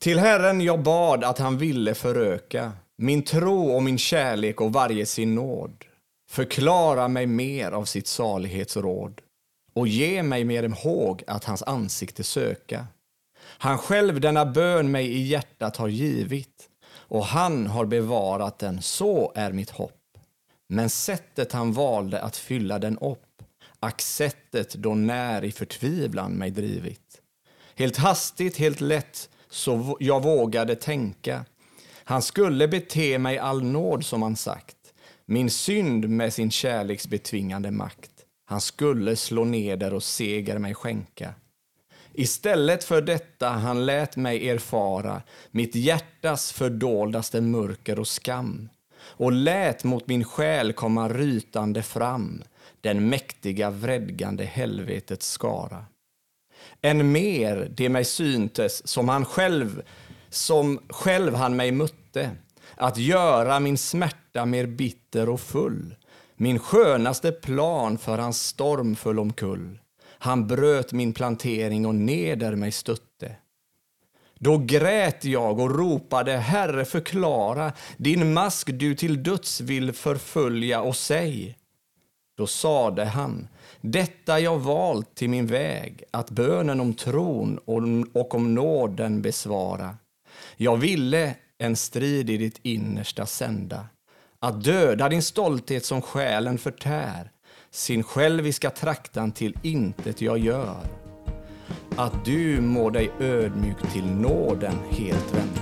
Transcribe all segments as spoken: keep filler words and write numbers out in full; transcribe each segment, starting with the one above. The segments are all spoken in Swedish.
Till Herren jag bad att han ville föröka min tro och min kärlek och varje sin nåd. Förklara mig mer av sitt salighetsråd och ge mig mer ihåg att hans ansikte söka. Han själv denna bön mig i hjärtat har givit och han har bevarat den, så är mitt hopp. Men sättet han valde att fylla den upp, ack sättet då när i förtvivlan mig drivit. Helt hastigt, helt lätt, så jag vågade tänka. Han skulle bete mig all nåd som han sagt. Min synd med sin kärleks betvingande makt. Han skulle slå neder och seger mig skänka. Istället för detta han lät mig erfara mitt hjärtas fördoldaste mörker och skam. Och lät mot min själ komma rytande fram den mäktiga vredgande helvetets skara. Än mer det mig syntes som han själv, som själv han mig mötte, att göra min smärta mer bitter och full, min skönaste plan för hans storm föll omkull. Han bröt min plantering och neder mig stötte. Då grät jag och ropade, Herre förklara, din mask du till döds vill förfölja och säg. Då sade han, detta jag valt till min väg, att bönen om tron och om nåden besvara. Jag ville en strid i ditt innersta sända, att döda din stolthet som själen förtär, sin själviska traktan till intet jag gör. Att du må dig ödmjuk till nåden helt vända.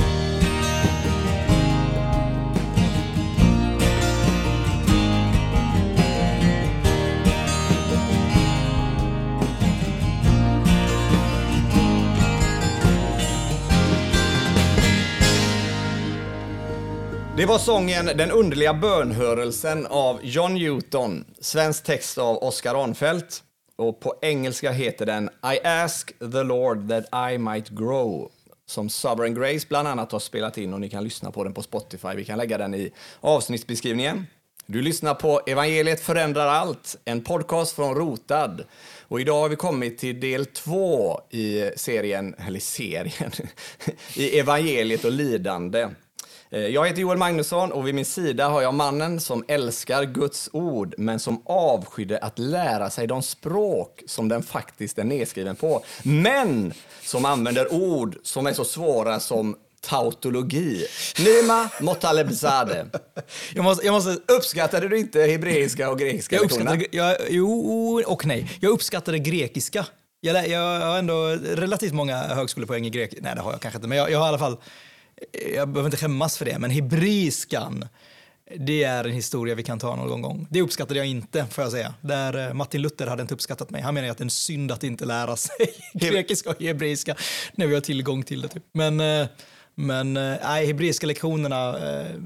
Det var sången Den underliga bönhörelsen av John Newton, svensk text av Oscar Arnfeldt. Och på engelska heter den I ask the Lord that I might grow, som Sovereign Grace bland annat har spelat in, och ni kan lyssna på den på Spotify. Vi kan lägga den i avsnittsbeskrivningen. Du lyssnar på Evangeliet förändrar allt, en podcast från Rotad. Och idag har vi kommit till del två i serien, eller serien, i Evangeliet och lidande. Jag heter Joel Magnusson och vid min sida har jag mannen som älskar Guds ord men som avskydde att lära sig de språk som den faktiskt är nedskriven på. Men som använder ord som är så svåra som tautologi. Nima Motalebzadeh. Jag måste, jag måste... Uppskattade du inte hebreiska och grekiska? Jag uppskattade, jag, jo och nej. Jag uppskattade grekiska. Jag, jag har ändå relativt många högskolepoäng i grek. Nej, det har jag kanske inte. Men jag, jag har i alla fall... Jag behöver inte skämmas för det, men hebreiskan, det är en historia vi kan ta någon gång. Det uppskattade jag inte, får jag säga. Där Martin Luther hade inte uppskattat mig. Han menar att det är en synd att inte lära sig grekiska och hebreiska när vi har tillgång till det. Typ. Men, men nej, hebreiska lektionerna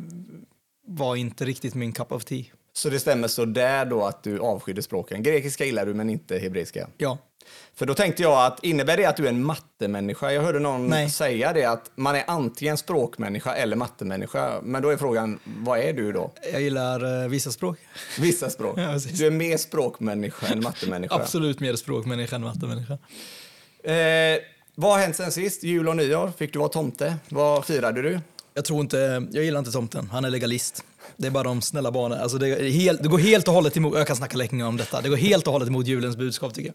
var inte riktigt min cup of tea. Så det stämmer så där då att du avskydde språken. Grekiska gillar du men inte hebreiska? Ja. För då tänkte jag att innebär det att du är en mattemänniska? Jag hörde någon Nej. säga det, att man är antingen språkmänniska eller mattemänniska. Men då är frågan, vad är du då? Jag gillar uh, vissa språk. Vissa språk? Ja, du är mer språkmänniska än mattemänniska? Absolut mer språkmänniska än mattemänniska. Eh, vad har hänt sen sist? Jul och nyår? Fick du vara tomte? Vad firade du? Jag tror inte, jag gillar inte tomten. Han är legalist. Det är bara de snälla barnen. Alltså det, är helt, det går helt och hållet emot, jag kan snacka länge om detta. Det går helt och hållet emot julens budskap tycker jag.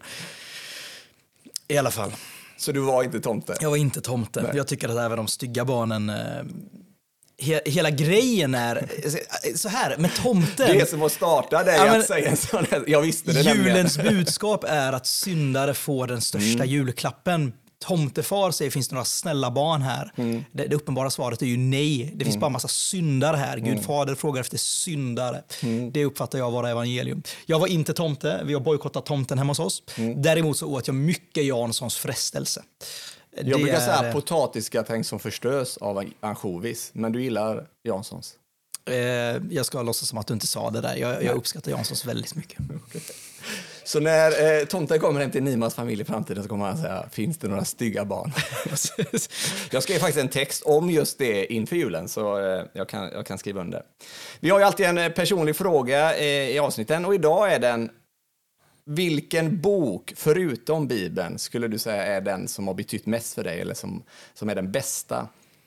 I alla fall. Så du var inte tomte? Jag var inte tomte. Nej. Jag tycker att även de stygga barnen... Eh, he, hela grejen är... Så här, med tomten... Det är som att starta dig ja, att säga en sån här, jag visste det. Julens budskap är att syndare får den största mm. julklappen. Tomtefar säger, finns det några snälla barn här? Mm. Det, det uppenbara svaret är ju nej. Det finns mm. bara en massa syndare här. Gud mm. fader frågar efter syndare. Mm. Det uppfattar jag vara evangelium. Jag var inte tomte. Vi har bojkottat tomten hemma hos oss. Mm. Däremot så åt jag mycket Janssons frestelse. Jag det brukar är... säga potatisgratäng som förstörs av ansjovis. Men du gillar Janssons? Eh, jag ska låtsas som att du inte sa det där. Jag, jag uppskattar Janssons väldigt mycket. Okay. Så när eh, tomten kommer hem till Nimas familj i framtiden så kommer han säga, finns det några stygga barn? Jag skrev faktiskt en text om just det inför julen, så eh, jag, kan, jag kan skriva under. Vi har ju alltid en personlig fråga eh, i avsnitten, och idag är den, vilken bok, förutom Bibeln, skulle du säga är den som har betytt mest för dig eller som, som är den bästa?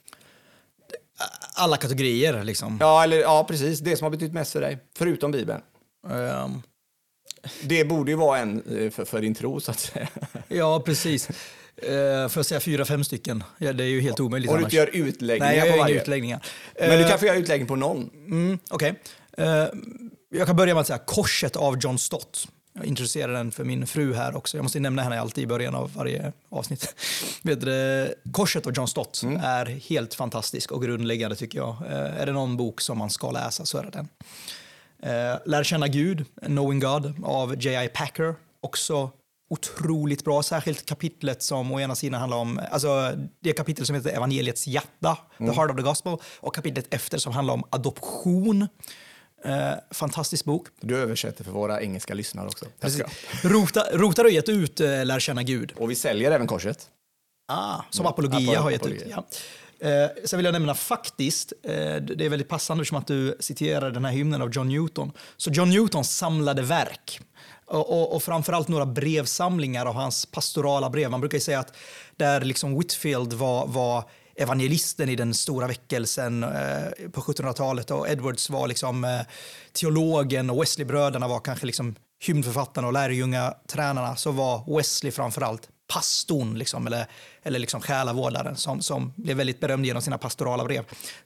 Alla kategorier liksom. Ja, eller, ja, precis. Det som har betytt mest för dig, förutom Bibeln. Um, det borde ju vara en för, för din tro, så att säga. Ja, precis. Uh, för att säga fyra, fem stycken. Ja, det är ju helt omöjligt. Och du inte gör utläggningar. Nej, jag på gör varje. inga utläggningar. Men du Uh, kan få göra utläggning på någon. Mm, Okej. Okay. Uh, jag kan börja med att säga Korset av John Stott. Jag introducerar den för min fru här också. Jag måste nämna henne alltid i början av varje avsnitt. Vet du, Korset av John Stott mm. är helt fantastisk och grundläggande tycker jag. Uh, är det någon bok som man ska läsa så är det den. Uh, Lär känna Gud, Knowing God av J I Packer. Också otroligt bra, särskilt kapitlet som å ena sidan handlar om, alltså det kapitel som heter Evangeliets hjärta, mm. The Heart of the Gospel, och kapitlet efter som handlar om adoption. Eh, fantastisk bok. Du översätter för våra engelska lyssnare också. Rota, Rotar har gett ut eh, Lär känna Gud. Och vi säljer även Korset. Ah, som mm. Apologia Apol- har gett Apologia. ut. Ja. Eh, sen vill jag nämna faktiskt, eh, det är väldigt passande som att du citerar den här hymnen av John Newton. Så John Newtons samlade verk och, och, och framförallt några brevsamlingar av hans pastorala brev. Man brukar ju säga att där liksom Whitfield var, var evangelisten i den stora väckelsen eh, på sjuttonhundratalet och Edwards var liksom eh, teologen och Wesley-bröderna var kanske liksom hymnförfattarna och lärjungatränarna, så var Wesley framförallt pastorn liksom, eller, eller liksom själavårdaren som, som blev väldigt berömd genom sina pastorala brev.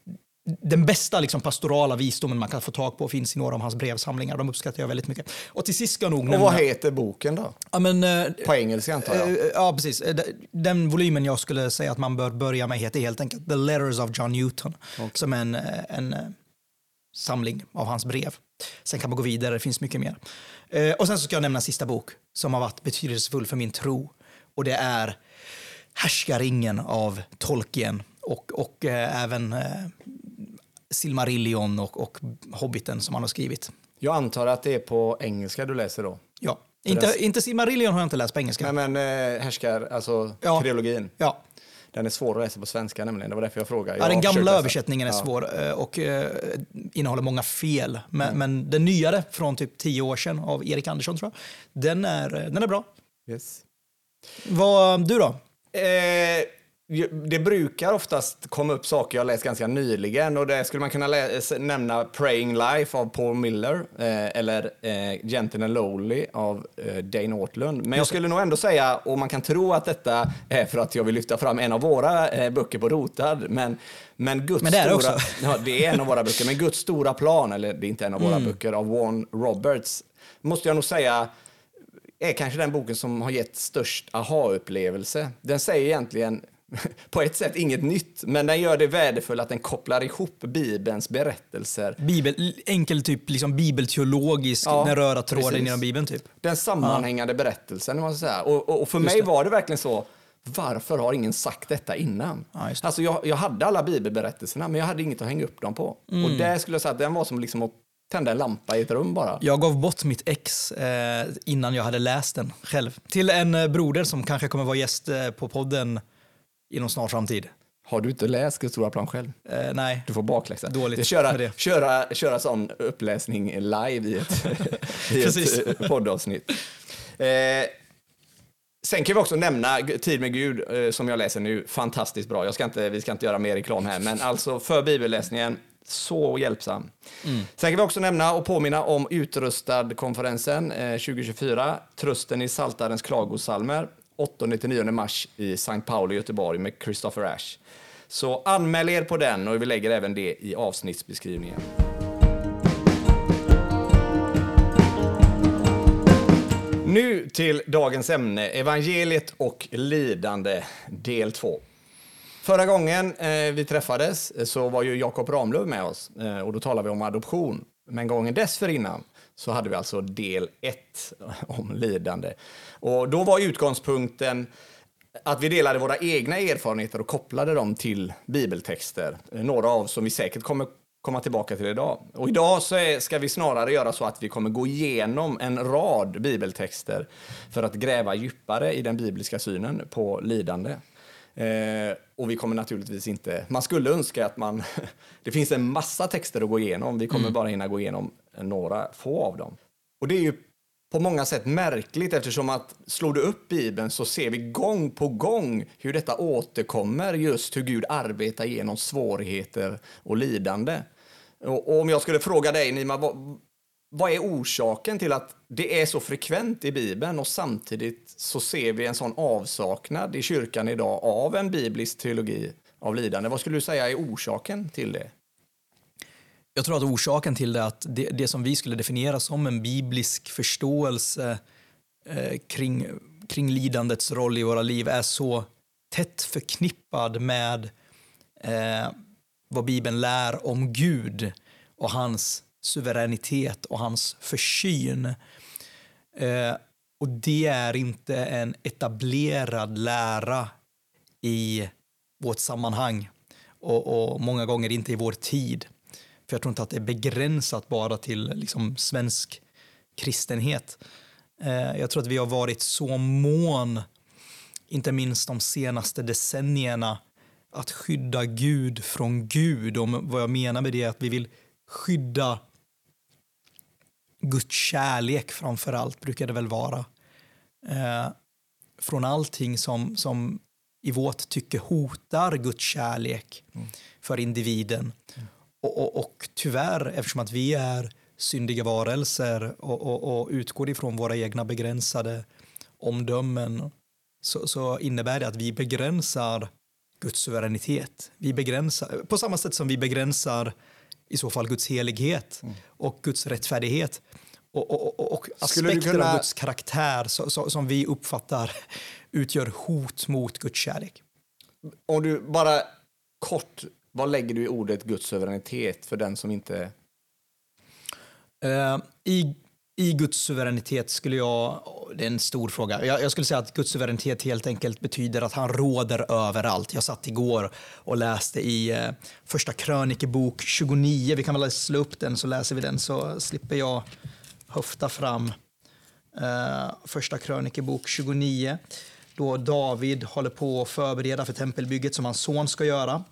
Den bästa liksom, pastorala visdomen man kan få tag på finns i några av hans brevsamlingar. De uppskattar jag väldigt mycket. Och till sist ska jag nog nämna... Och vad heter boken då? Ja, men, eh, på engelska antar jag. Eh, ja, precis. Den volymen jag skulle säga att man bör börja med heter helt enkelt The Letters of John Newton. Okay. Som en, en samling av hans brev. Sen kan man gå vidare, det finns mycket mer. Eh, och sen så ska jag nämna sista bok som har varit betydelsefull för min tro. Och det är Härskaringen av Tolkien och, och eh, även eh, Silmarillion och, och Hobbiten som han har skrivit. Jag antar att det är på engelska du läser då? Ja, inte, det... inte Silmarillion har jag inte läst på engelska. Nej, men eh, härskar, alltså ja. Trilogin. Ja. Den är svår att läsa på svenska nämligen, det var därför jag frågade. Jag ja, den gamla översättningen är ja. svår och eh, innehåller många fel. Men, mm. men den nyare från typ tio år sedan av Erik Andersson tror jag, den är, den är bra. Yes. Vad du då? Eh, det brukar oftast komma upp saker jag läst ganska nyligen och det skulle man kunna läsa, nämna Praying Life av Paul Miller eh, eller eh, Gentle and Lowly av eh, Dane Ortlund. Men jag skulle nog ändå säga, och man kan tro att detta är för att jag vill lyfta fram en av våra eh, böcker på Rotad, men men Guds men det är stora, också. Ja, det är en av våra böcker, men Guds stora plan, eller det är inte en av våra mm. böcker, av Warren Roberts, måste jag nog säga är kanske den boken som har gett störst aha-upplevelse. Den säger egentligen på ett sätt inget nytt, men den gör det värdefullt att den kopplar ihop Bibelns berättelser. Bibel, enkel typ liksom bibelteologisk, ja, den röra tråden genom Bibeln typ. Den sammanhängande ja. berättelsen, man ska säga. Och, och, och för just mig det. var det verkligen så, varför har ingen sagt detta innan? Ja, alltså jag, jag hade alla bibelberättelserna, men jag hade inget att hänga upp dem på. Mm. Och där skulle jag säga att den var som liksom att tända en lampa i ett rum bara. Jag gav bort mitt ex eh, innan jag hade läst den själv. Till en eh, broder som kanske kommer vara gäst eh, på podden inom snar framtid. Har du inte läst Guds stora plan själv? Eh, nej. Du får bakläxa. Dåligt det köra, med det. Köra, köra sån uppläsning live i ett, i ett poddavsnitt. Eh, sen kan vi också nämna Tid med Gud eh, som jag läser nu. Fantastiskt bra. Jag ska inte, vi ska inte göra mer reklam här. Men alltså för bibelläsningen, så hjälpsam. Mm. Sen kan vi också nämna och påminna om Utrustad-konferensen eh, tjugo tjugofyra. Trösten i Saltarens klagosalmer. åttonde till nionde mars i Sankt Pauli i Göteborg med Christopher Ash. Så anmäl er på den och vi lägger även det i avsnittsbeskrivningen. Nu till dagens ämne, evangeliet och lidande, del två. Förra gången eh, vi träffades så var ju Jakob Ramlöv med oss eh, och då talade vi om adoption. Men gången dessförinnan så hade vi alltså del ett om lidande. Och då var utgångspunkten att vi delade våra egna erfarenheter och kopplade dem till bibeltexter. Några av som vi säkert kommer komma tillbaka till idag. Och idag så är, ska vi snarare göra så att vi kommer gå igenom en rad bibeltexter för att gräva djupare i den bibliska synen på lidande. Eh, och vi kommer naturligtvis inte... Man skulle önska att man... det finns en massa texter att gå igenom. Vi kommer mm. bara hinna gå igenom några få av dem. Och det är ju på många sätt märkligt, eftersom att slår du upp Bibeln så ser vi gång på gång hur detta återkommer, just hur Gud arbetar genom svårigheter och lidande. Och, och om jag skulle fråga dig, Nima, vad, vad är orsaken till att det är så frekvent i Bibeln och samtidigt så ser vi en sån avsaknad i kyrkan idag av en biblisk teologi av lidande? Vad skulle du säga är orsaken till det? Jag tror att orsaken till det är att det, det som vi skulle definiera som en biblisk förståelse eh, kring, kring lidandets roll i våra liv är så tätt förknippad med eh, vad Bibeln lär om Gud och hans suveränitet och hans försyn. Eh, och det är inte en etablerad lära i vårt sammanhang och, och många gånger inte i vår tid. För jag tror inte att det är begränsat bara till liksom svensk kristenhet. Eh, jag tror att vi har varit så mån, inte minst de senaste decennierna, att skydda Gud från Gud. Och vad jag menar med det är att vi vill skydda Guds kärlek framför allt, brukar det väl vara. Eh, från allting som, som i vårt tycke hotar Guds kärlek mm. för individen. Mm. Och, och, och tyvärr, eftersom att vi är syndiga varelser och, och, och utgår ifrån våra egna begränsade omdömen, så, så innebär det att vi begränsar Guds suveränitet. Vi begränsar, på samma sätt som vi begränsar i så fall Guds helighet mm. och Guds rättfärdighet och, och, och, och aspekter kunna... av Guds karaktär så, så, som vi uppfattar utgör hot mot Guds kärlek. Om du bara kort, vad lägger du i ordet Guds suveränitet för den som inte... Uh, i, I Guds suveränitet skulle jag... Det är en stor fråga. Jag, jag skulle säga att Guds suveränitet helt enkelt betyder att han råder överallt. Jag satt igår och läste i uh, första krönikebok tjugonio. Vi kan väl slå upp den så läser vi den så slipper jag höfta fram. Uh, första krönikebok tjugonio. Då David håller på att förbereda för tempelbygget som hans son ska göra.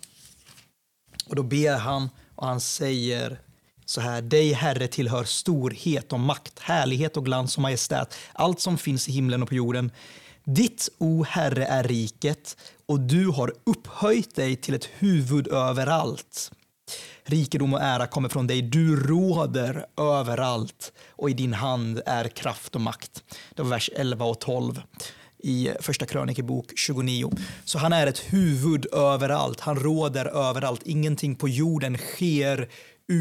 Och då ber han och han säger så här: dig, Herre, tillhör storhet och makt, härlighet och glans och majestät, allt som finns i himlen och på jorden. Ditt, o Herre, är riket och du har upphöjt dig till ett huvud överallt. Rikedom och ära kommer från dig, du råder överallt och i din hand är kraft och makt. Det var vers elva och tolv. I första krönikebok tjugonio. Så han är ett huvud överallt. Han råder överallt. Ingenting på jorden sker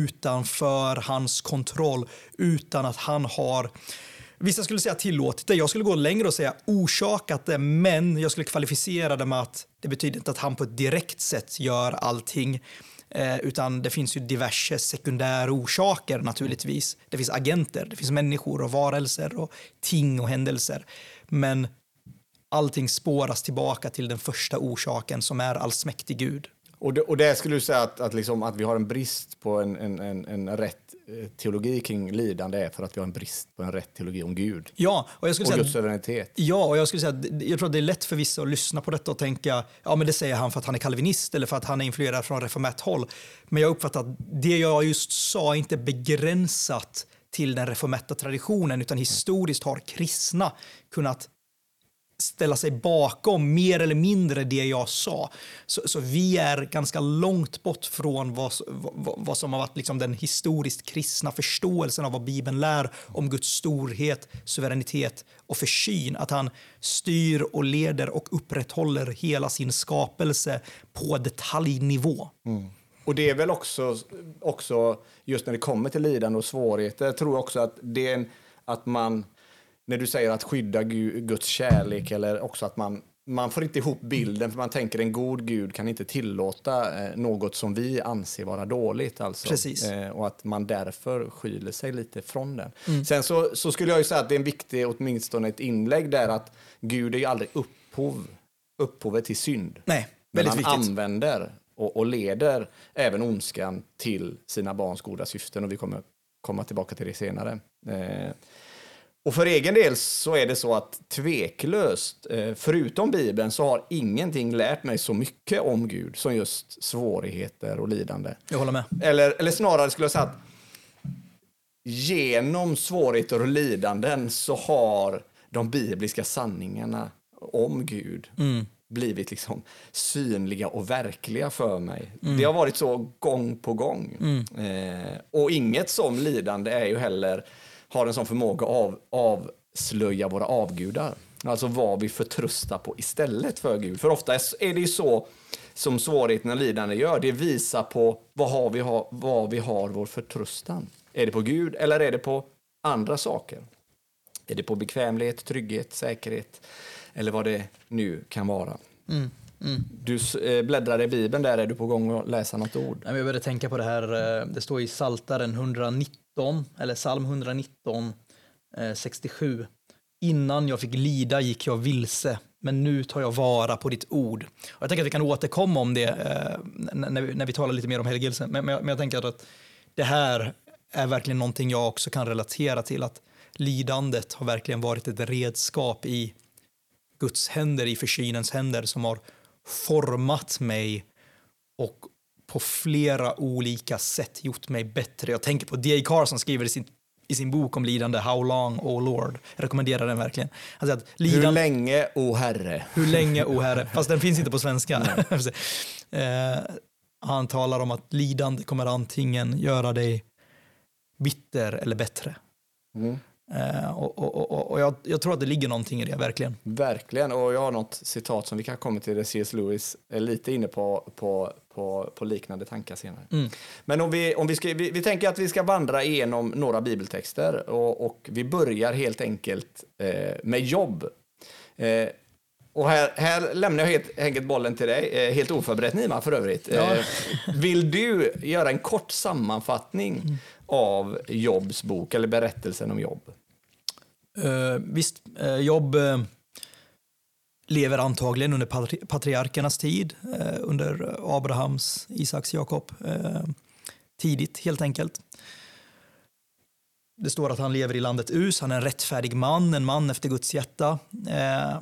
utanför hans kontroll, utan att han har, vissa skulle säga tillåtit det. Jag skulle gå längre och säga orsakat det, men jag skulle kvalificera det med att det betyder inte att han på ett direkt sätt gör allting. Eh, utan det finns ju diverse sekundära orsaker naturligtvis. Det finns agenter, det finns människor och varelser och ting och händelser. Men allting spåras tillbaka till den första orsaken som är allsmäktig Gud. Och det, och det skulle du säga att, att, liksom, att vi har en brist på en, en, en, en rätt teologi kring lidande är för att vi har en brist på en rätt teologi om Gud. Ja, och jag skulle och säga Guds suveränitet. Ja, och jag skulle säga att jag tror att det är lätt för vissa att lyssna på detta och tänka, ja men det säger han för att han är kalvinist eller för att han är influerad från reformärt håll. Men jag uppfattar att det jag just sa inte begränsat till den reformätta traditionen, utan historiskt har kristna kunnat ställa sig bakom mer eller mindre det jag sa. Så, så vi är ganska långt bort från vad, vad, vad som har varit liksom den historiskt kristna förståelsen av vad Bibeln lär om Guds storhet, suveränitet och försyn. Att han styr och leder och upprätthåller hela sin skapelse på detaljnivå. Mm. Och det är väl också, också just när det kommer till lidande och svårigheter, jag tror också att det är en, att man när du säger att skydda Guds kärlek, eller också att man, man får inte ihop bilden, för man tänker en god Gud kan inte tillåta eh, något som vi anser vara dåligt. Alltså. Precis. Eh, och att man därför skyller sig lite från den. Mm. Sen så, så skulle jag ju säga att det är en viktig, åtminstone ett inlägg där, att Gud är ju aldrig upphov, upphovet till synd. Nej, väldigt men han viktigt. använder och, och leder även ondskan till sina barns goda syften, och vi kommer komma tillbaka till det senare. Eh, Och för egen del så är det så att tveklöst, förutom Bibeln, så har ingenting lärt mig så mycket om Gud som just svårigheter och lidande. Jag håller med. Eller, eller snarare skulle jag säga att genom svårigheter och lidanden så har de bibliska sanningarna om Gud mm. blivit liksom synliga och verkliga för mig. Mm. Det har varit så gång på gång. Mm. Eh, och inget som lidande är ju heller har en sån förmåga av avslöja våra avgudar. Alltså vad vi förtröstar på istället för Gud. För ofta är det ju så som svårigheten och lidande gör. Det visar på vad, har vi, ha, vad vi har vår förtröstan. Är det på Gud eller är det på andra saker? Är det på bekvämlighet, trygghet, säkerhet eller vad det nu kan vara? Mm. Mm. Du bläddrar i Bibeln, där är du på gång att läsa något ord. Jag började tänka på det här, det står i Psaltaren etthundranitton, eller psalm etthundranitton, sextiosju. Innan jag fick lida gick jag vilse, men nu tar jag vara på ditt ord. Och jag tänker att vi kan återkomma om det eh, när, vi, när vi talar lite mer om helgelse. Men, men, jag, men jag tänker att det här är verkligen någonting jag också kan relatera till. Att lidandet har verkligen varit ett redskap i Guds händer, i försynens händer, som har format mig och på flera olika sätt gjort mig bättre. Jag tänker på D A Carson skriver i sin i sin bok om lidande, How long, O Lord. Jag rekommenderar den verkligen. Alltså att lidande, hur länge, o Herre? Hur länge, o Herre? Fast den finns inte på svenska. eh, han talar om att lidande kommer antingen göra dig bitter eller bättre. Mm. Eh, och och, och, och jag, jag tror att det ligger någonting i det, verkligen. Verkligen, och jag har något citat som vi kan komma till, där C S Lewis är lite inne på, på, på, på liknande tankar senare. Mm. Men om vi, om vi, ska, vi, vi tänker att vi ska vandra igenom några bibeltexter och, och vi börjar helt enkelt eh, med Jobb. Eh, och här, här lämnar jag helt enkelt bollen till dig, eh, helt oförberett Nima för övrigt. Ja. Eh, vill du göra en kort sammanfattning mm. av Jobbs bok eller berättelsen om Jobb? Uh, visst, uh, Jobb uh, lever antagligen under patri- patriarkernas tid, uh, under Abrahams, Isaks, Jakob, uh, tidigt helt enkelt. Det står att han lever i landet Us, han är en rättfärdig man, en man efter Guds hjärta. Uh,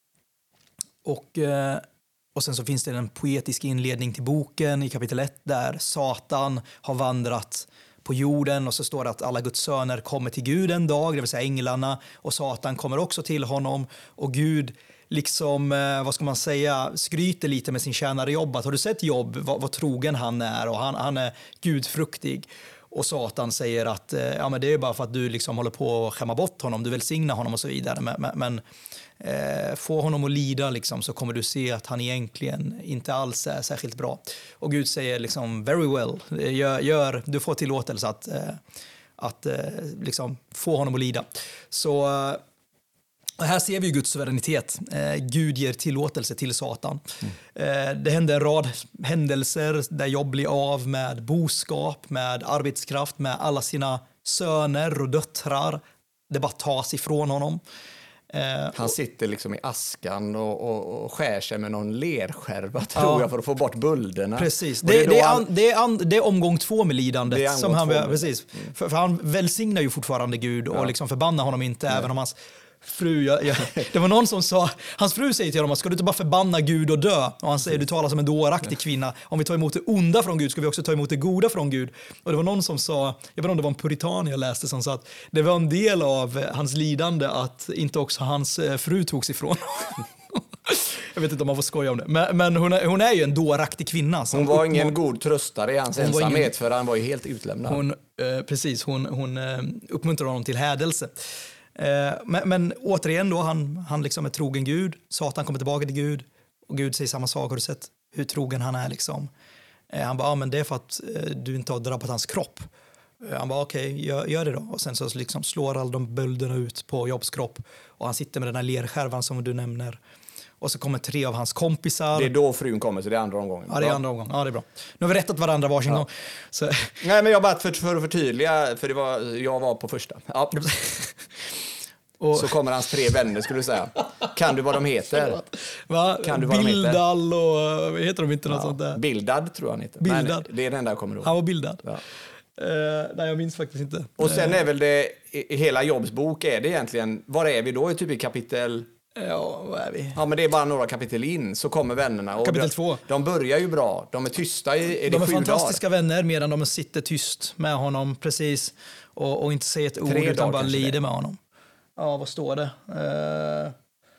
och, uh, och sen så finns det en poetisk inledning till boken i kapitel ett där Satan har vandrat på jorden, och så står det att alla Guds söner kommer till Gud en dag, det vill säga änglarna, och Satan kommer också till honom, och Gud liksom, vad ska man säga, skryter lite med sin tjänare Jobb, att har du sett Jobb, vad, vad trogen han är, och han, han är gudfruktig. Och Satan säger att ja, men det är bara för att du liksom håller på att skämma bort honom, du välsignar honom och så vidare, men, men, men eh, få honom att lida liksom, så kommer du se att han egentligen inte alls är särskilt bra. Och Gud säger liksom, very well, gör, gör, du får tillåtelse att, eh, att eh, liksom, få honom att lida. Så och här ser vi ju Guds suveränitet. Eh, Gud ger tillåtelse till Satan. Mm. Eh, det händer en rad händelser där Jobb blir av med boskap, med arbetskraft, med alla sina söner och döttrar. Det bara tas ifrån honom. Eh, Han sitter liksom i askan och, och, och skär sig med någon lerskärva, tror ja, jag, för att få bort bulderna. Precis. Det, det, det, är han, an, det, är an, det är omgång två med lidandet. Som han, precis. Mm. För, för han välsignar ju fortfarande Gud och ja. liksom förbannar honom inte, Nej. även om hans fru, jag, jag, det var någon som sa, hans fru säger till honom att ska du inte bara förbanna Gud och dö? Och han säger, du talar som en dåraktig kvinna. Om vi tar emot det onda från Gud ska vi också ta emot det goda från Gud. Och det var någon som sa, jag vet inte om det var en puritan jag läste, som sa att det var en del av hans lidande att inte också hans fru togs ifrån. Jag vet inte om man får skoja om det. Men, men hon, är, hon är ju en dåraktig kvinna. Hon var ingen uppmå- god tröstare i hans ensamhet, ingen, för han var ju helt utlämnad. Hon, eh, precis, hon, hon eh, uppmuntrar honom till hädelse. Men, men återigen då, han, han liksom är trogen Gud. Satan kommer tillbaka till Gud och Gud säger samma sak. Har du sett hur trogen han är liksom? Han bara, ja, men det är för att du inte har drabbat hans kropp. Han bara, okej, okay, gör, gör det då. Och sen så liksom slår alla de bölderna ut på Jobbs kropp. Och han sitter med den här lerskärvan som du nämner. Och så kommer tre av hans kompisar. Det är då frun kommer, så det är andra omgången. Ja, det är andra omgången. Ja, det är bra. Nu har vi rättat varandra varsin ja. gång. Så. Nej, men jag bara för, för att förtydliga, för det var, jag var på första. Ja. Och så kommer hans tre vänner, skulle du säga. Kan du vad de heter? Va? Kan du vad Bildal de heter? Och heter de inte något ja. sånt där? Bildad tror jag han heter. Bildad. Men det är den där jag kommer ihåg. Han var bildad. Ja. Uh, nej, jag minns faktiskt inte. Och sen är väl det, i hela Jobbs bok är det egentligen, var är vi då? I typ i kapitel Ja, vad är vi? Ja, men det är bara några kapitel in så kommer vännerna. Och Kapitel de, två. De börjar ju bra. De är tysta i är det De är sju fantastiska dagar? vänner medan de sitter tyst med honom precis och, och inte säger ett ord Tre utan dagar bara kanske lider det. med honom. Ja, vad står det? Uh,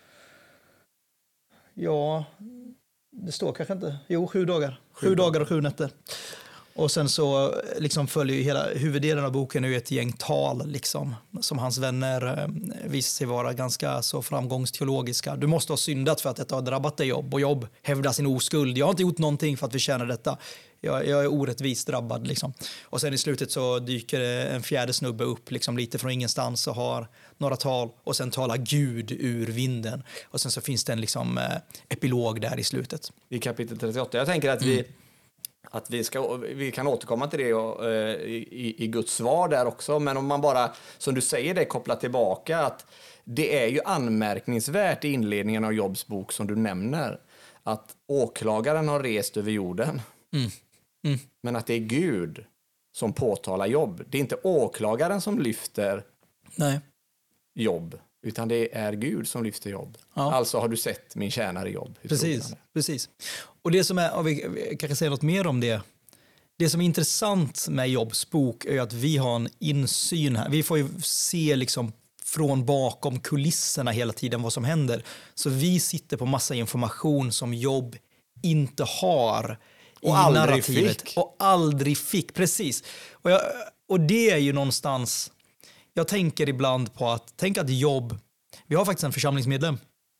ja, det står kanske inte. Jo, sju dagar. Sju, sju dagar och sju nätter. Och sen så liksom följer ju hela huvuddelen av boken är ett gäng tal liksom, som hans vänner eh, visar sig vara ganska så framgångsteologiska. Du måste ha syndat för att detta har drabbat dig, Jobb. Och Jobb hävdar sin oskuld. Jag har inte gjort någonting för att förtjäna detta. Jag, jag är orättvist drabbad. Liksom. Och sen i slutet så dyker en fjärde snubbe upp liksom, lite från ingenstans och har några tal. Och sen talar Gud ur vinden. Och sen så finns det en liksom, eh, epilog där i slutet. I kapitel trettioåtta. Jag tänker att vi... Mm. Att vi, ska, vi kan återkomma till det och, uh, i, i Guds svar där också. Men om man bara, som du säger det, kopplar tillbaka att det är ju anmärkningsvärt i inledningen av Jobs bok som du nämner. Att åklagaren har rest över jorden. Mm. Mm. Men att det är Gud som påtalar Jobb. Det är inte åklagaren som lyfter Nej. Jobb. Utan det är Gud som lyfter Jobb. Ja. Alltså har du sett min tjänare Jobb. Precis, precis. Och det som är, och vi, vi kanske säga något mer om det. Det som är intressant med Jobbs bok är att vi har en insyn här. Vi får ju se liksom från bakom kulisserna hela tiden vad som händer. Så vi sitter på massa information som Jobb inte har och i aldrig narrativet. Fick. Och aldrig fick. Precis. Och, jag, och det är ju någonstans... Jag tänker ibland på att, tänk att Jobb, vi har faktiskt en församlingsmedlem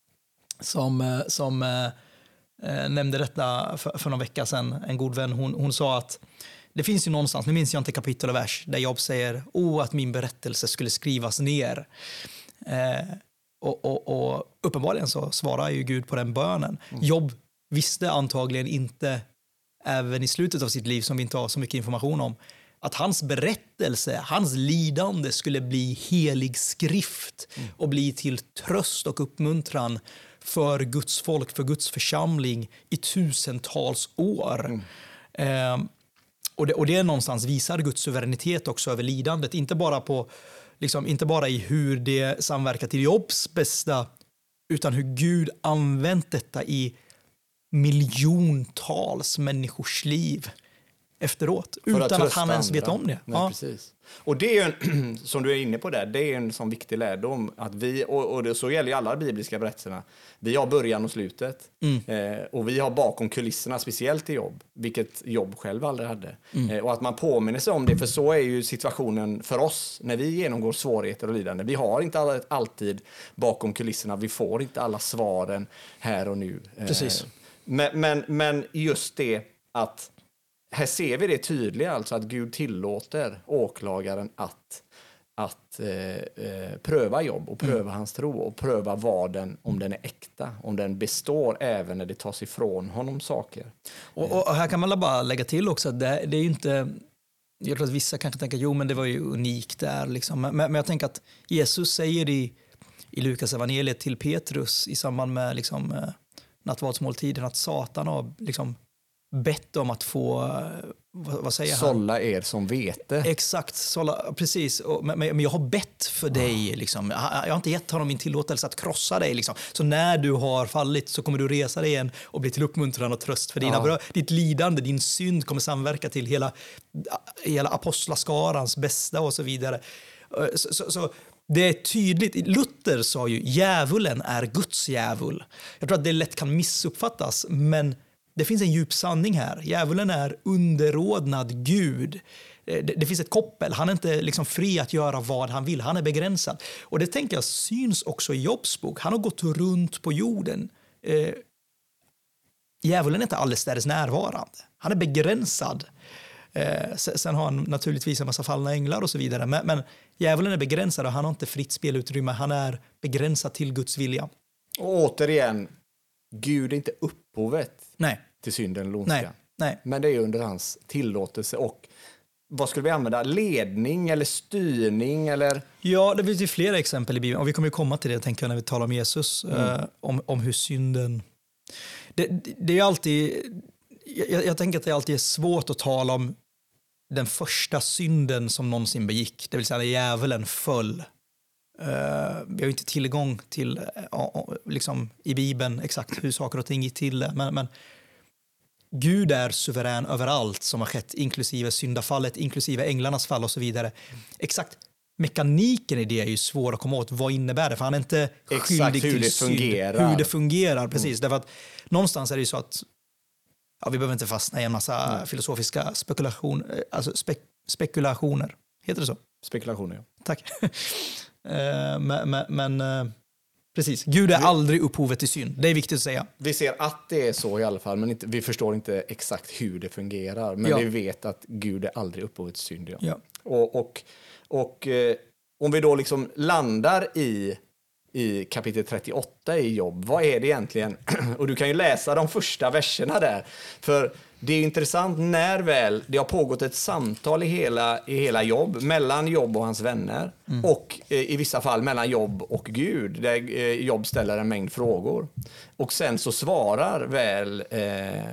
som, som äh, nämnde detta för, för någon vecka sedan, en god vän, hon, hon sa att det finns ju någonstans, nu minns jag inte kapitel och vers, där Jobb säger, åh att min berättelse skulle skrivas ner. Eh, och, och, och uppenbarligen så svarar ju Gud på den bönen. Mm. Jobb visste antagligen inte, även i slutet av sitt liv som vi inte har så mycket information om, att hans berättelse, hans lidande skulle bli helig skrift mm. och bli till tröst och uppmuntran för Guds folk, för Guds församling i tusentals år. Mm. Eh, och, det, och det är någonstans visar Guds suveränitet också över lidandet. Inte bara, på, liksom, inte bara i hur det samverkar till Jobbs bästa, utan hur Gud använt detta i miljontals människors liv efteråt, utan att, att han ens vet om det. Nej, ja. Precis. Och det är ju en, som du är inne på där, det är en sån viktig lärdom att vi, och, och det, så gäller ju alla bibliska berättelserna, vi har början och slutet. Mm. Eh, och vi har bakom kulisserna, speciellt i Jobb, vilket Jobb själv aldrig hade. Mm. Eh, och att man påminner sig om det, för så är ju situationen för oss när vi genomgår svårigheter och lidande. Vi har inte alltid bakom kulisserna, vi får inte alla svaren här och nu. Eh, Precis. Men, men, men just det att här ser vi det tydliga, alltså att Gud tillåter åklagaren att, att eh, eh, pröva Jobb och pröva mm. hans tro och pröva vad den, om den är äkta, om den består även när det tas ifrån honom saker. Och, och här kan man bara lägga till också att det, det är ju inte, jag tror att vissa kanske tänker jo men det var ju unikt där liksom. men, men jag tänker att Jesus säger i, i Lukas evangeliet till Petrus i samband med liksom, nattvardsmåltiden att Satan har liksom bett om att få, vad, vad säger han? Sålla er som vete. Exakt, sålla, precis. Och, men, men jag har bett för dig. Liksom. Jag, jag har inte gett honom min tillåtelse att krossa dig. Liksom. Så när du har fallit så kommer du resa dig igen och bli till uppmuntran och tröst för dina ja. bröd. Ditt lidande, din synd kommer samverka till hela, hela apostlaskarans bästa och så vidare. Så, så, så det är tydligt. Luther sa ju, djävulen är Guds djävul. Jag tror att det lätt kan missuppfattas, men det finns en djup sanning här. Djävulen är underordnad Gud. Det, det finns ett koppel. Han är inte liksom fri att göra vad han vill. Han är begränsad. Och det tänker jag syns också i Jobs bok. Han har gått runt på jorden. Eh, djävulen är inte alldeles närvarande. Han är begränsad. Eh, sen har han naturligtvis en massa fallna änglar och så vidare. Men, men djävulen är begränsad och han har inte fritt spelutrymme. Han är begränsad till Guds vilja. Och återigen, Gud är inte upphovet Nej. till synden eller ondska. Nej. Nej. Men det är under hans tillåtelse och vad skulle vi använda? Ledning eller styrning? Eller? Ja, det finns ju flera exempel i Bibeln. Och vi kommer ju komma till det tänker jag, när vi talar om Jesus. Mm. Eh, om, om hur synden... Det, det, det är alltid... Jag, jag tänker att det alltid är svårt att tala om den första synden som någonsin begick. Det vill säga när djävulen föll. Uh, vi har ju inte tillgång till uh, liksom, i Bibeln exakt hur saker och ting gick till. Men, men Gud är suverän över allt som har skett, inklusive syndafallet, inklusive änglarnas fall och så vidare. Exakt mekaniken i det är ju svår att komma åt. Vad innebär det? För han är inte skyldig hur till det synd. fungerar. Hur det fungerar, precis. Mm. Därför att någonstans är det ju så att ja, vi behöver inte fastna i en massa mm. filosofiska spekulation, alltså spek, spekulationer. Heter det så? Spekulationer, ja. Tack. men, men, men precis, Gud är aldrig upphovet till synd. Det är viktigt att säga. Vi ser att det är så i alla fall, men inte, vi förstår inte exakt hur det fungerar. Men ja. vi vet att Gud är aldrig upphovet till synd. Ja. Ja. Och, och, och eh, om vi då liksom landar i, i kapitel trettioåtta i Jobb, vad är det egentligen? Och du kan ju läsa de första verserna där. För det är intressant när väl det har pågått ett samtal i hela, i hela Jobb, mellan Jobb och hans vänner. Mm. Och eh, i vissa fall mellan Jobb och Gud, där eh, Jobb ställer en mängd frågor. Och sen så svarar väl eh,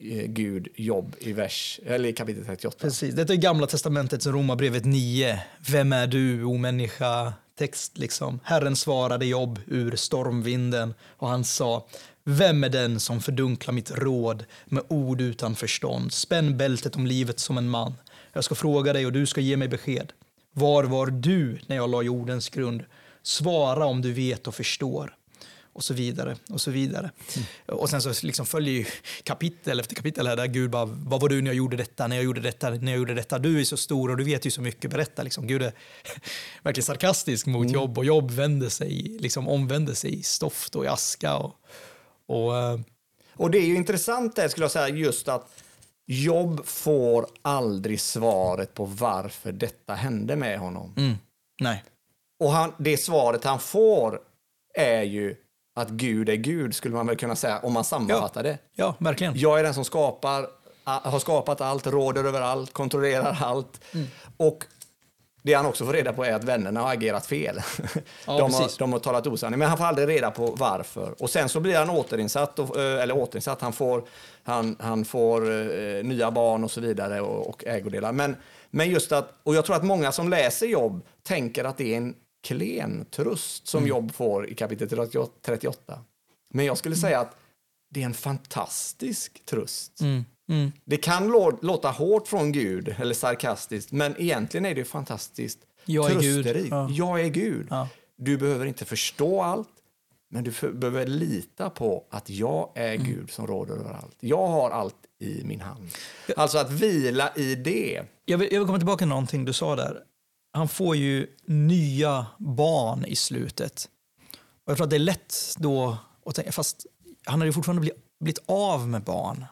Gud Jobb i, vers, eller i kapitel trettioåtta. Precis, detta är gamla testamentets Romarbrevet nio. Vem är du, o människa? Text liksom. Herren svarade Jobb ur stormvinden och han sa: vem är den som fördunklar mitt råd med ord utan förstånd? Spänn bältet om livet som en man. Jag ska fråga dig och du ska ge mig besked. Var var du när jag la jordens grund? Svara om du vet och förstår. Och så vidare, och så vidare. Mm. Och sen så liksom följer ju kapitel efter kapitel här där Gud bara, vad var du när jag gjorde detta, när jag gjorde detta, när jag gjorde detta? Du är så stor och du vet ju så mycket, berätta liksom. Gud är verkligen sarkastisk mot mm. Jobb och Jobb vände sig, liksom omvände sig i stoft och i aska och Och, och det är ju intressant där, skulle jag säga, just att Jobb får aldrig svaret på varför detta hände med honom. Mm. Nej. Och han, det svaret han får är ju att Gud är Gud, skulle man väl kunna säga, om man sammanfattar ja. det. Ja, verkligen. Jag är den som skapar, har skapat allt, råder över allt, kontrollerar allt. Mm. Och det han också får reda på är att vännerna har agerat fel. Ja, de, har, de har talat osanning, men han får aldrig reda på varför. Och sen så blir han återinsatt, och, eller återinsatt, han får, han, han får uh, nya barn och så vidare och, och ägodelar. Men, men just att, och jag tror att många som läser Jobb tänker att det är en klen tröst som mm. Jobb får i kapitel trettioåtta. Men jag skulle mm. säga att det är en fantastisk tröst. Mm. Mm. Det kan lå- låta hårt från Gud eller sarkastiskt, men egentligen är det fantastiskt jag är trösterikt. Ja. Jag är Gud. Ja. Du behöver inte förstå allt, men du f- behöver lita på att jag är mm. Gud som råder över allt. Jag har allt i min hand. Ja. Alltså att vila i det. Jag vill, jag vill komma tillbaka till någonting du sa där. Han får ju nya barn i slutet. Och jag tror att det är lätt då att tänka, fast han har ju fortfarande blivit, blivit av med barn.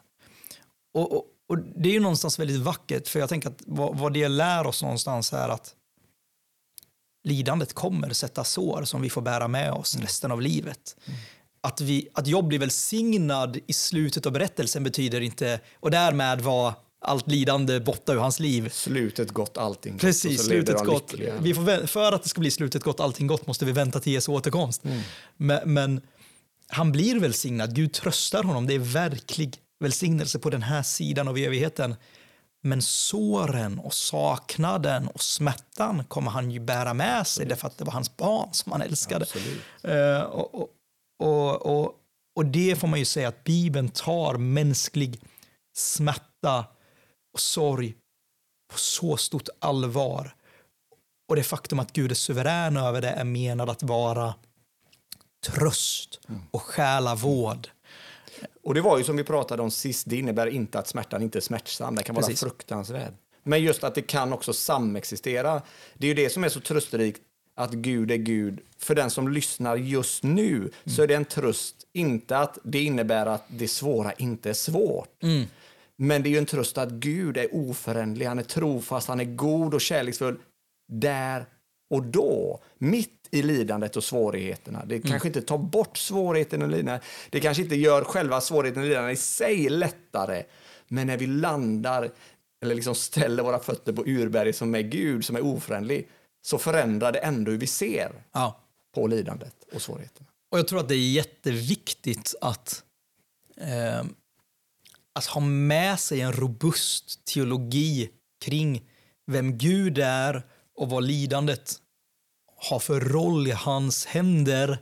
Och, och, och det är ju någonstans väldigt vackert, för jag tänker att vad, vad det lär oss någonstans är att lidandet kommer sätta sår som vi får bära med oss mm. resten av livet. Mm. Att, vi, att Jobb blir välsignad i slutet av berättelsen betyder inte, och därmed var allt lidande borta ur hans liv. Slutet gott, allting gott. Precis, slutet gott. Vi får, för att det ska bli slutet gott, allting gott, måste vi vänta till Jesu återkomst. Mm. Men, men han blir välsignad, Gud tröstar honom, det är verklig välsignelse på den här sidan av evigheten. Men såren och saknaden och smärtan kommer han ju bära med sig. Därför att det var hans barn som han älskade. Uh, och, och, och, och, och det får man ju säga att Bibeln tar mänsklig smärta och sorg på så stort allvar. Och det faktum att Gud är suverän över det är menad att vara tröst och själavård. Och det var ju som vi pratade om sist, det innebär inte att smärtan inte är smärtsam, det kan vara Precis. fruktansvärd. Men just att det kan också samexistera, det är ju det som är så trösterikt, att Gud är Gud. För den som lyssnar just nu mm. så är det en tröst, inte att det innebär att det svåra inte är svårt. Mm. Men det är ju en tröst att Gud är oföränderlig, han är trofast, han är god och kärleksfull där och då, mitt i lidandet och svårigheterna. Det mm. kanske inte tar bort svårigheten och lidandet. Det kanske inte gör själva svårigheten och lidandet i sig lättare. Men när vi landar eller liksom ställer våra fötter på urberget som är Gud, som är oföränderlig, så förändrar det ändå hur vi ser ja. på lidandet och svårigheterna. Och jag tror att det är jätteviktigt att, eh, att ha med sig en robust teologi kring vem Gud är och vad lidandet har för roll i hans händer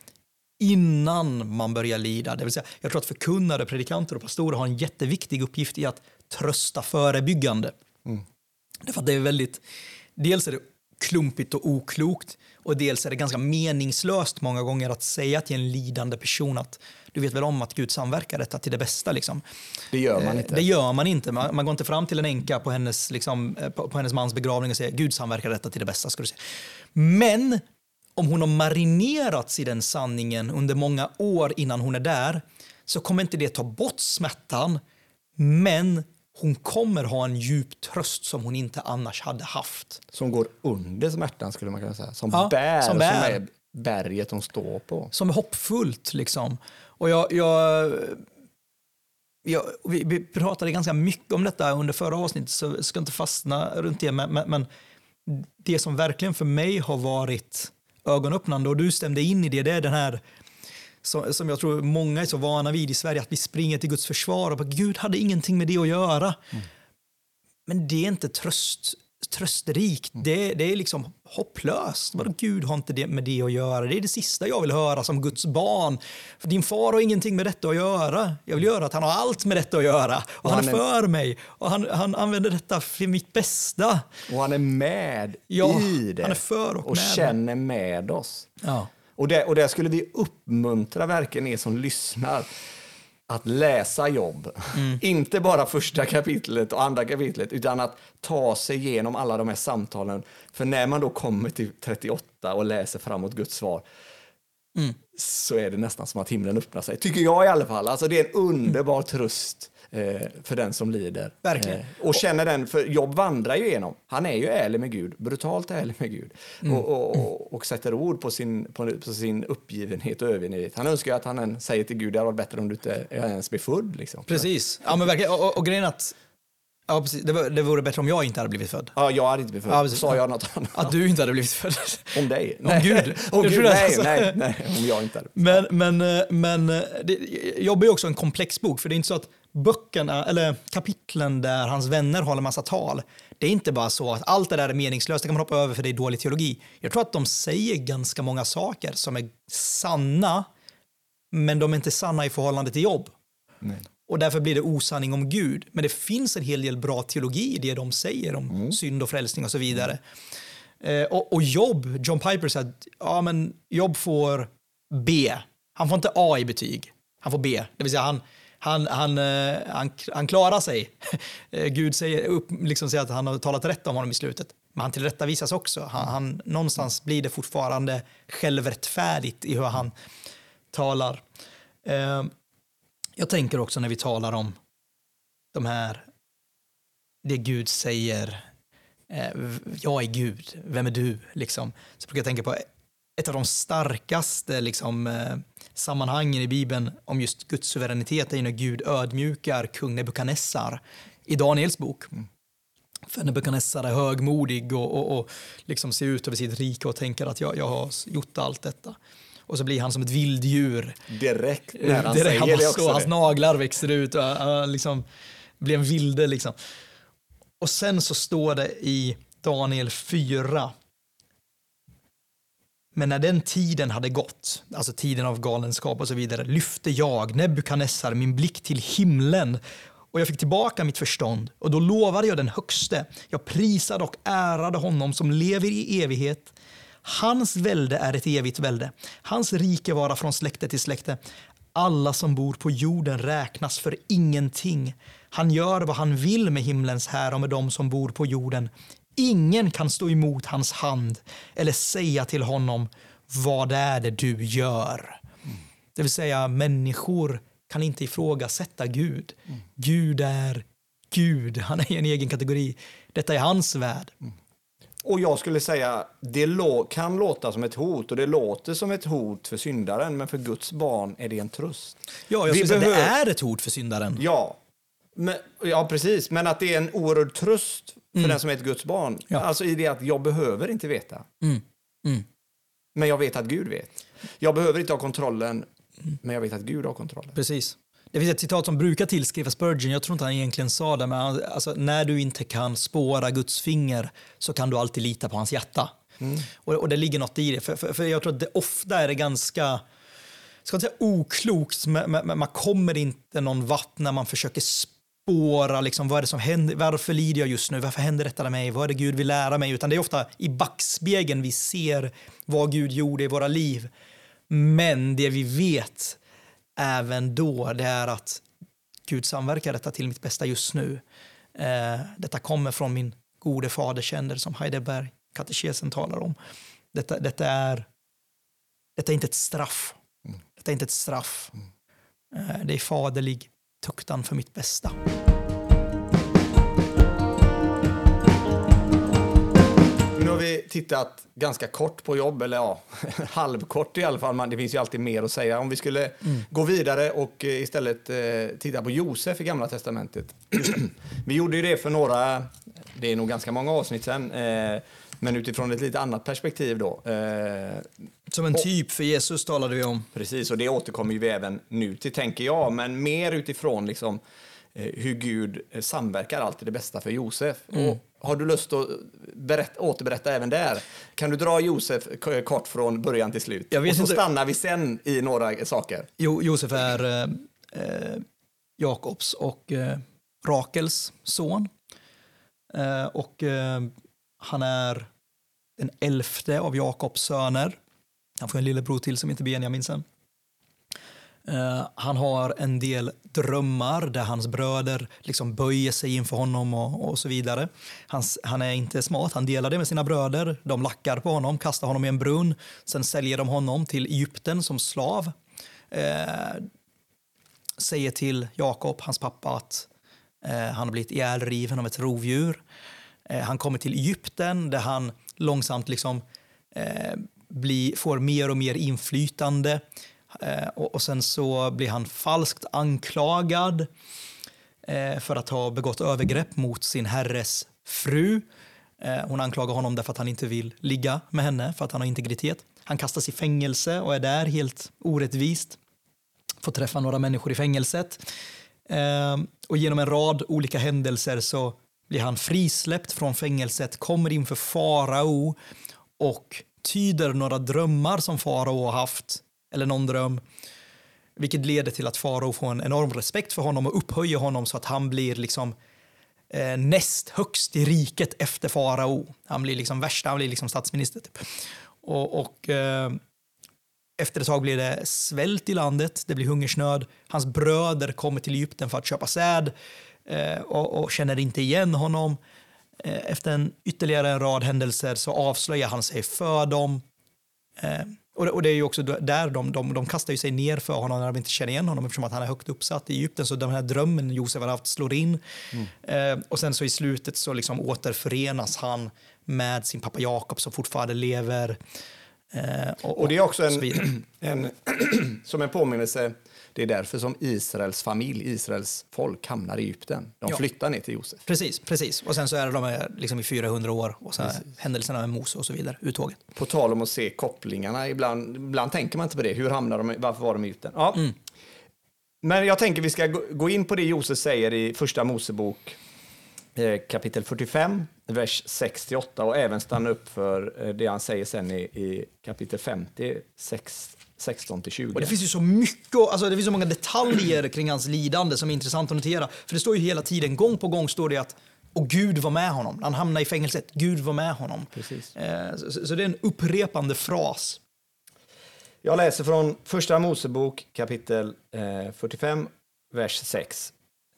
innan man börjar lida. Det vill säga, jag tror att förkunnare, predikanter och pastorer har en jätteviktig uppgift i att trösta förebyggande. Mm. Därför att det är väldigt, dels är det klumpigt och oklokt och dels är det ganska meningslöst många gånger att säga till en lidande person att du vet väl om att Gud samverkar detta till det bästa. Liksom. Det gör man inte. Det gör man inte. Man, man går inte fram till en änka på hennes, liksom, på, på hennes mans begravning och säger Gud samverkar detta till det bästa. Ska du säga. Men om hon har marinerats i den sanningen under många år innan hon är där så kommer inte det ta bort smärtan, men hon kommer ha en djup tröst som hon inte annars hade haft. Som går under smärtan skulle man kunna säga. Som, ja, bär, som bär. Som är berget hon står på. Som är hoppfullt liksom. Och jag, jag, jag, vi, vi pratade ganska mycket om detta under förra avsnittet så jag ska inte fastna runt det. Men, men, men det som verkligen för mig har varit ögonöppnande och du stämde in i det, det är den här som, som jag tror många är så vana vid i Sverige, att vi springer till Guds försvar och bara, Gud hade ingenting med det att göra. Mm. Men det är inte tröst, trösterikt. Mm. Det, det är liksom hopplöst. Mm. Gud har inte det med det att göra. Det är det sista jag vill höra som Guds barn. För din far har ingenting med detta att göra. Jag vill göra att han har allt med detta att göra. Och, och han, han är för mig. Och han, han använder detta för mitt bästa. Och han är med ja, i det. Han är för och, och med. känner med oss. Ja. Och det, och det skulle vi uppmuntra verkligen er som lyssnar att läsa Jobb. Mm. Inte bara första kapitlet och andra kapitlet utan att ta sig igenom alla de här samtalen. För när man då kommer till trettioåtta och läser framåt Guds svar mm. så är det nästan som att himlen öppnar sig. Tycker jag i alla fall. Alltså det är en underbar mm. tröst eh, för den som lider. Verkligen. Eh, och känner den, för Jobb vandrar ju igenom. Han är ju ärlig med Gud, brutalt ärlig med Gud. Mm. Och, och, och, och sätter ord på sin, på, på sin uppgivenhet och övergivenhet. Han önskar att han än säger till Gud, det var bättre om du inte ens blir född. Liksom. Precis. Ja, men verkligen. Och, och, och grejen att ja, precis. Det, var, det vore bättre om jag inte hade blivit född. Ja, jag hade inte blivit född. Ja, sa jag något annat? Att du inte hade blivit född. Om dig? Om nej. Gud. Om Gud. Nej, nej, nej, om jag inte hade. Men, men, men det, Jobb är också en komplex bok. För det är inte så att böckerna, eller kapitlen där hans vänner håller massa tal. Det är inte bara så att allt det där är meningslöst. Det kan man hoppa över för det är dålig teologi. Jag tror att de säger ganska många saker som är sanna. Men de är inte sanna i förhållande till Jobb. Nej. Och därför blir det osanning om Gud. Men det finns en hel del bra teologi i det de säger om mm. synd och frälsning och så vidare. Mm. Eh, och, och Jobb, John Piper säger att ja, men Jobb får B. Han får inte A i betyg. Han får B. Det vill säga han, han, han, eh, han, han klarar sig. Gud säger, upp, liksom säger att han har talat rätt om honom i slutet. Men han tillrättavisas också. Han, han, någonstans blir det fortfarande självrättfärdigt i hur han talar. Eh, Jag tänker också när vi talar om de här, det Gud säger, eh, jag är Gud, vem är du? Liksom. Så brukar jag tänka på ett av de starkaste liksom, eh, sammanhangen i Bibeln om just Guds suveränitet är när Gud ödmjukar kung Nebukadnessar i Daniels bok. Mm. För Nebukadnessar är högmodig och, och, och liksom ser ut över sitt rike och tänker att jag, jag har gjort allt detta. Och så blir han som ett vilddjur. Direkt när han Direkt, säger han det också. Hans naglar växer ut och han liksom blir en vilde. Liksom. Och sen så står det i Daniel fyra. Men när den tiden hade gått, alltså tiden av galenskap och så vidare, lyfte jag, Nebukadnessar, min blick till himlen. Och jag fick tillbaka mitt förstånd. Och då lovade jag den högste. Jag prisade och ärade honom som lever i evighet. Hans välde är ett evigt välde. Hans rike vara från släkte till släkte. Alla som bor på jorden räknas för ingenting. Han gör vad han vill med himlens här och med dem som bor på jorden. Ingen kan stå emot hans hand eller säga till honom, vad är det du gör? Mm. Det vill säga, människor kan inte ifrågasätta Gud. Mm. Gud är Gud. Han är i en egen kategori. Detta är hans värld. Mm. Och jag skulle säga, det lo- kan låta som ett hot och det låter som ett hot för syndaren, men för Guds barn är det en tröst. Ja, jag skulle säga behöver... det är ett hot för syndaren. Ja, men, ja, precis. Men att det är en oerhörd tröst för mm. den som är ett Guds barn. Ja. Alltså i det att jag behöver inte veta. Mm. Mm. Men jag vet att Gud vet. Jag behöver inte ha kontrollen, mm. men jag vet att Gud har kontrollen. Precis. Det finns ett citat som brukar tillskrivas Spurgeon. Jag tror inte han egentligen sa det, men alltså, när du inte kan spåra Guds finger så kan du alltid lita på hans hjärta. Mm. Och, och det ligger något i det. För, för, för jag tror att det ofta är det ganska, ska inte säga oklokt, men, men man kommer inte någon vart när man försöker spåra liksom, vad är det som händer, varför lider jag just nu, varför händer detta med mig, vad är det Gud vill lära mig, utan det är ofta i backspegeln vi ser vad Gud gjorde i våra liv. Men det vi vet även då, det är att Gud samverkar detta till mitt bästa just nu. Eh, detta kommer från min gode fader, känder som Heidelberg katekesen talar om. Detta, detta, är, detta är inte ett straff. Mm. Detta är inte ett straff. Mm. Eh, det är faderlig tuktan för mitt bästa. Nu har vi tittat ganska kort på jobb, eller ja, halvkort i alla fall. Men det finns ju alltid mer att säga. Om vi skulle mm. gå vidare och eh, istället eh, titta på Josef i Gamla testamentet. Vi gjorde ju det för några, det är nog ganska många avsnitt sedan, eh, men utifrån ett lite annat perspektiv då. Eh, Som en typ för Jesus talade vi om. Precis, och det återkommer vi även nu till, tänker jag, men mer utifrån liksom, eh, hur Gud eh, samverkar alltid det bästa för Josef. Mm. Och har du lust att berätta, återberätta även där? Kan du dra Josef kort från början till slut? Jag vet och så inte. stannar vi sen i några saker. Jo, Josef är eh, Jakobs och eh, Rakels son. Eh, och eh, han är den elfte av Jakobs söner. Han får en lillebror till som inte Benjamin sen. Uh, han har en del drömmar där hans bröder liksom böjer sig inför honom och, och så vidare. Hans, han är inte smart, han delar det med sina bröder. De lackar på honom, kastar honom i en brunn. Sen säljer de honom till Egypten som slav. Uh, säger till Jakob, hans pappa, att uh, han har blivit ihjälriven av ett rovdjur. Uh, han kommer till Egypten där han långsamt liksom, uh, blir, får mer och mer inflytande. Eh, och, och sen så blir han falskt anklagad eh, för att ha begått övergrepp mot sin herres fru. Eh, hon anklagar honom därför att han inte vill ligga med henne, för att han har integritet. Han kastas i fängelse och är där helt orättvist. Får träffa några människor i fängelset. Eh, och genom en rad olika händelser så blir han frisläppt från fängelset, kommer inför farao och tyder några drömmar som farao har haft, eller någon dröm, vilket leder till att farao får en enorm respekt för honom och upphöjer honom så att han blir liksom eh, näst högst i riket efter farao. Han blir liksom värsta, han blir liksom statsminister typ. Och, och eh, efter ett tag blir det svält i landet, det blir hungersnöd. Hans bröder kommer till Egypten för att köpa säd eh, och, och känner inte igen honom. Eh, efter en ytterligare en rad händelser så avslöjar han sig för dem. Eh, Och det, och det är ju också där de, de, de kastar ju sig ner för honom när de inte känner igen honom eftersom att han är högt uppsatt i Egypten. Så den här drömmen Josef har haft slår in. Mm. Eh, och sen så i slutet så liksom återförenas han med sin pappa Jakob som fortfarande lever. Eh, och, och det är också en, en som en påminnelse. Det är därför som Israels familj, Israels folk hamnar i Egypten. De ja. flyttar ner till Josef. Precis, precis. Och sen så är det de liksom i fyrahundra år och så händelserna med Mose och så vidare, uttåget. På tal om att se kopplingarna, ibland, ibland tänker man inte på det. Hur hamnar de, varför var de i Egypten? Ja. Mm. Men jag tänker vi ska gå in på det Josef säger i första Mosebok eh, kapitel fyrtiofem, vers sex till åtta och även stanna upp för eh, det han säger sen i, i kapitel femtio, sex sexton till tjugo. Och det finns ju så mycket, alltså det finns så många detaljer kring hans lidande som är intressant att notera. För det står ju hela tiden, gång på gång står det att och Gud var med honom. Han hamnade i fängelset, Gud var med honom. Precis. Eh, så, så det är en upprepande fras. Jag läser från första Mosebok kapitel eh, fyrtiofem, vers sex.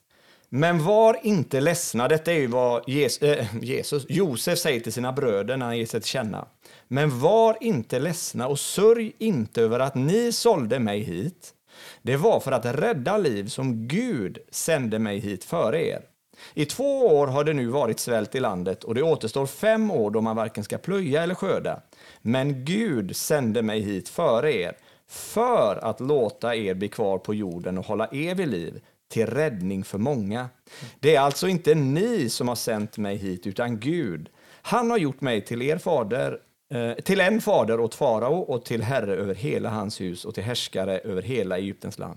Men var inte ledsna, detta är ju vad Jesus, äh, Jesus, Josef säger till sina bröder när han ger sig till känna. Men var inte ledsna och sörj inte över att ni sålde mig hit. Det var för att rädda liv som Gud sände mig hit före er. I två år har det nu varit svält i landet och det återstår fem år då man varken ska plöja eller skörda. Men Gud sände mig hit före er för att låta er bli kvar på jorden och hålla er vid liv till räddning för många. Det är alltså inte ni som har sänt mig hit utan Gud. Han har gjort mig till er fader, eh, till en fader åt farao och till herre över hela hans hus och till härskare över hela Egyptens land.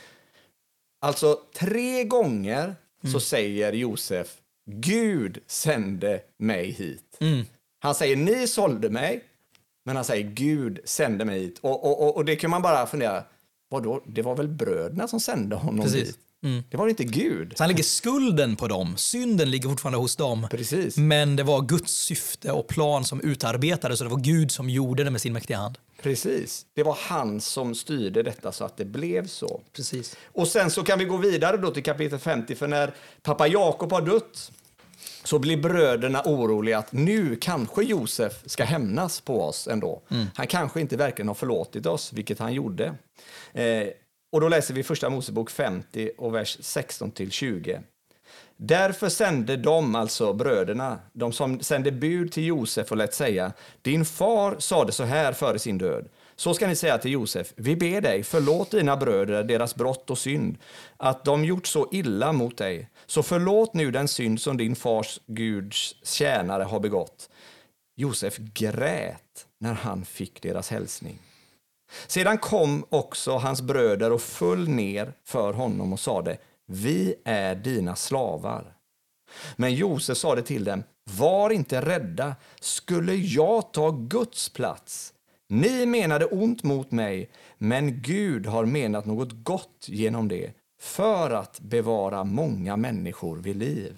Alltså tre gånger mm. så säger Josef, Gud sände mig hit. Mm. Han säger, ni sålde mig, men han säger, Gud sände mig hit. Och, och, och, och det kan man bara fundera, vadå? Det var väl bröderna som sände honom Precis. dit? Mm. Det var inte Gud. Så han lägger skulden på dem. Synden ligger fortfarande hos dem. Precis. Men det var Guds syfte och plan som utarbetades, så det var Gud som gjorde det med sin mäktiga hand. Precis. Det var han som styrde detta så att det blev så. Precis. Och sen så kan vi gå vidare då till kapitel femtio, för när pappa Jakob har dött så blir bröderna oroliga att nu kanske Josef ska hämnas på oss ändå. Mm. Han kanske inte verkligen har förlåtit oss, vilket han gjorde. Eh, och då läser vi första Mosebok femtio och vers sexton till tjugo. Därför sände de, alltså bröderna, de som sände bud till Josef och lät säga, din far sade så här före sin död. Så ska ni säga till Josef, vi ber dig, förlåt dina bröder deras brott och synd, att de gjort så illa mot dig. Så förlåt nu den synd som din fars Guds tjänare har begått. Josef grät när han fick deras hälsning. Sedan kom också hans bröder och föll ner för honom och sade, vi är dina slavar. Men Josef sade till dem, var inte rädda, skulle jag ta Guds plats? Ni menade ont mot mig, men Gud har menat något gott genom det, för att bevara många människor vid liv.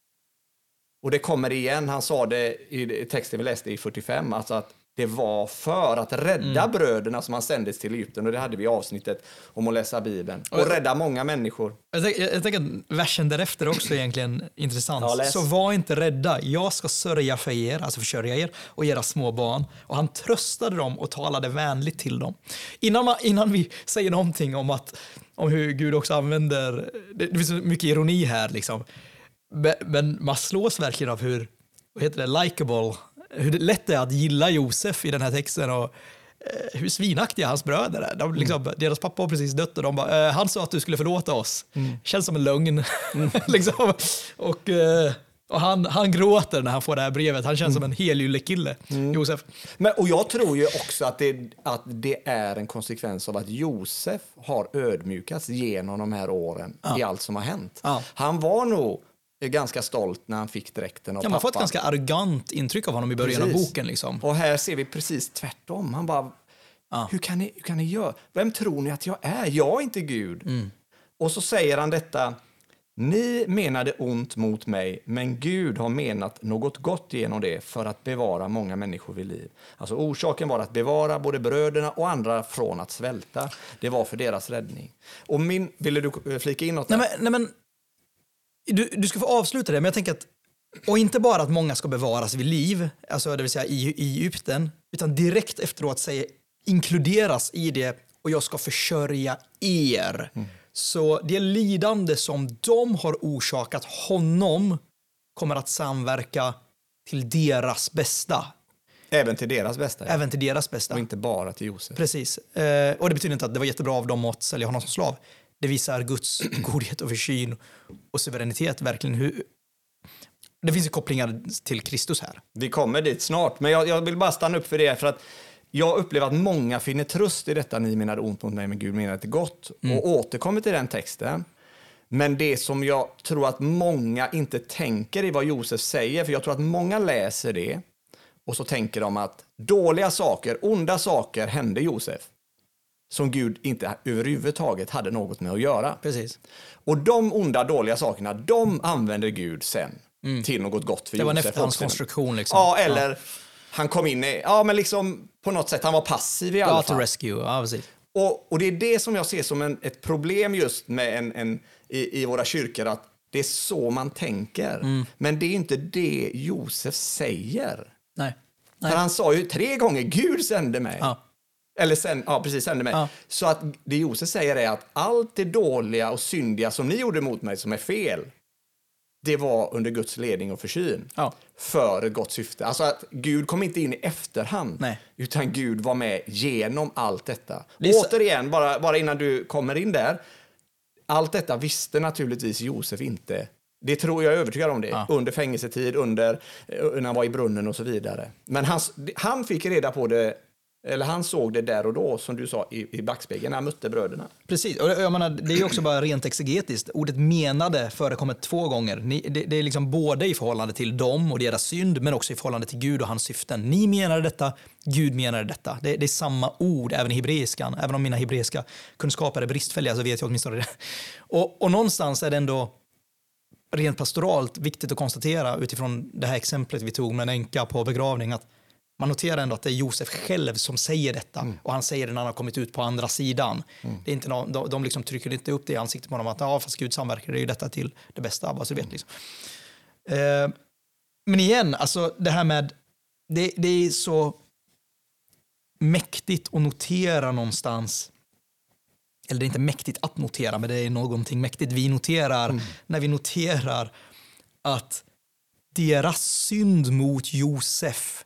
Och det kommer igen, han sa det i texten vi läste i fyrtiofem, alltså att det var för att rädda mm. bröderna som han sändes till Egypten. Och det hade vi i avsnittet om att läsa Bibeln. Och, och rädda många människor. Jag tänker, jag tänker att versen därefter också är egentligen intressant. Ja, så var inte rädda. Jag ska sörja för er, alltså försörja er och era små barn. Och han tröstade dem och talade vänligt till dem. Innan, man, innan vi säger någonting om, att, om hur Gud också använder... Det, det finns så mycket ironi här. Liksom. Men man slås verkligen av hur, vad heter det, likeable... hur lätt det är att gilla Josef i den här texten och eh, hur svinaktiga hans bröder är. De, liksom, mm. Deras pappa har precis dött och de bara, eh, han sa att du skulle förlåta oss. Mm. Känns som en lögn. Mm. liksom. Och, eh, och han, han gråter när han får det här brevet. Han känns mm. som en helyllekille, mm. Josef. Men, och jag tror ju också att det, att det är en konsekvens av att Josef har ödmjukats genom de här åren ja. i allt som har hänt. Ja. Han var nog ganska stolt när han fick dräkten av ja, pappa. Man får ett ganska arrogant intryck av honom i början precis. av boken. Liksom. Och här ser vi precis tvärtom. Han bara, ja. hur, kan ni, hur kan ni göra? Vem tror ni att jag är? Jag är inte Gud. Mm. Och så säger han detta, ni menade ont mot mig, men Gud har menat något gott genom det för att bevara många människor vid liv. Alltså orsaken var att bevara både bröderna och andra från att svälta. Det var för deras räddning. Och min, ville du flika in något där? Nej, men, nej, men Du, du ska få avsluta det, men jag tänker att och inte bara att många ska bevaras vid liv, alltså det vill säga i, i Egypten, utan direkt efteråt säga inkluderas i det och jag ska försörja er. Mm. Så det lidande som de har orsakat honom kommer att samverka till deras bästa. Även till deras bästa. Ja. Även till deras bästa. Och inte bara till Josef. Precis. Eh, och det betyder inte att det var jättebra av dem att sälja honom som slav. Det visar Guds godhet och försyn och suveränitet verkligen. Hur... Det finns ju kopplingar till Kristus här. Vi kommer dit snart, men jag, jag vill bara stanna upp för det för att jag upplever att många finner tröst i detta. Ni menade ont mot mig, men Gud menade det gott. Mm. Och återkommer till den texten. Men det som jag tror att många inte tänker i vad Josef säger, för jag tror att många läser det och så tänker de att dåliga saker, onda saker hände Josef. Som Gud inte överhuvudtaget hade något med att göra. Precis. Och de onda, dåliga sakerna, de använder Gud sen mm. till något gott för Josef. Det var en efterhandskonstruktion liksom. Ja, eller ja. han kom in i, ja men liksom på något sätt, han var passiv i alla God fall. To rescue, ja precis. Och, och det är det som jag ser som en, ett problem just med en, en, i, i våra kyrkor, att det är så man tänker. Mm. Men det är inte det Josef säger. Nej. Nej. För han sa ju tre gånger, Gud sände mig. Ja. Eller sen, ja, precis, sände mig. Ja. Så att det Josef säger är att allt det dåliga och syndiga som ni gjorde mot mig som är fel, det var under Guds ledning och försyn. Ja. För ett gott syfte. Alltså att Gud kom inte in i efterhand. Nej. Utan Gud var med genom allt detta. Lisa. Återigen, bara, bara innan du kommer in där. Allt detta visste naturligtvis Josef inte. Det tror jag är övertygad om det. Ja. Under fängelsetid, under, när han var i brunnen och så vidare. Men han, han fick reda på det eller han såg det där och då, som du sa, i, i backspegeln när han mötte bröderna. Precis, och jag menar, det är ju också bara rent exegetiskt. Ordet menade förekommer två gånger. Ni, det, det är liksom både i förhållande till dem och deras synd, men också i förhållande till Gud och hans syften. Ni menade detta, Gud menade detta. Det, det är samma ord även i hebreiskan. Även om mina hebreiska kunskaper är bristfälliga så vet jag åtminstone det. Och, och någonstans är det ändå rent pastoralt viktigt att konstatera utifrån det här exemplet vi tog med en änka på begravning, att man noterar ändå att det är Josef själv som säger detta. Mm. Och han säger det när han har kommit ut på andra sidan. Mm. Det är inte någon, de, de liksom trycker inte upp det i ansiktet på honom att ja, fast Gud samverkar, det är ju detta till det bästa. Bara så vet, liksom. eh, men igen, alltså det här med det, det är så mäktigt att notera någonstans. Eller det är inte mäktigt att notera, men det är någonting mäktigt vi noterar mm. när vi noterar att deras synd mot Josef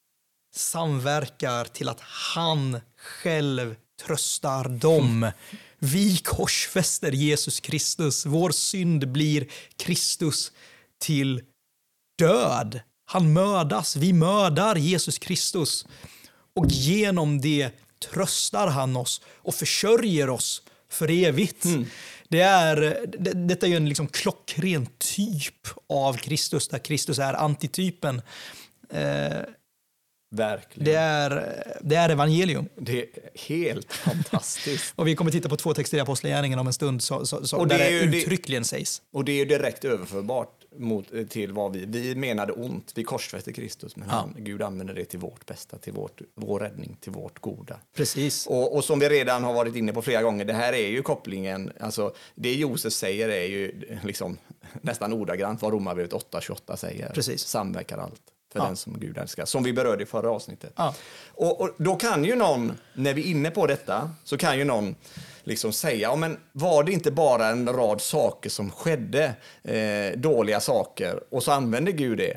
samverkar till att han själv tröstar dem. Vi korsfäster Jesus Kristus. Vår synd blir Kristus till död. Han mördas. Vi mördar Jesus Kristus. Och genom det tröstar han oss och försörjer oss för evigt. Mm. Det är, det, detta är ju en liksom klockren typ av Kristus, där Kristus är antitypen. Eh, Verkligen. Det är, det är evangelium. Det är helt fantastiskt. Och vi kommer titta på två texter i Apostlagärningarna om en stund så, så, så, och det där är det uttryckligen det, sägs. Och det är ju direkt överförbart mot, till vad vi... Vi menade ont, vi korsfäste Kristus, men ja. han, Gud använder det till vårt bästa, till vårt, vår räddning, till vårt goda. Precis. Och, och som vi redan har varit inne på flera gånger, det här är ju kopplingen, alltså det Josef säger är ju liksom nästan ordagrant vad Romarbrevet åtta tjugoåtta säger. Precis. Samverkar allt. För ja. den som Gud älskar, som vi berörde i förra avsnittet. Ja. Och, och då kan ju någon, när vi är inne på detta, så kan ju någon liksom säga, ja, men var det inte bara en rad saker som skedde, eh, dåliga saker, och så använde Gud det?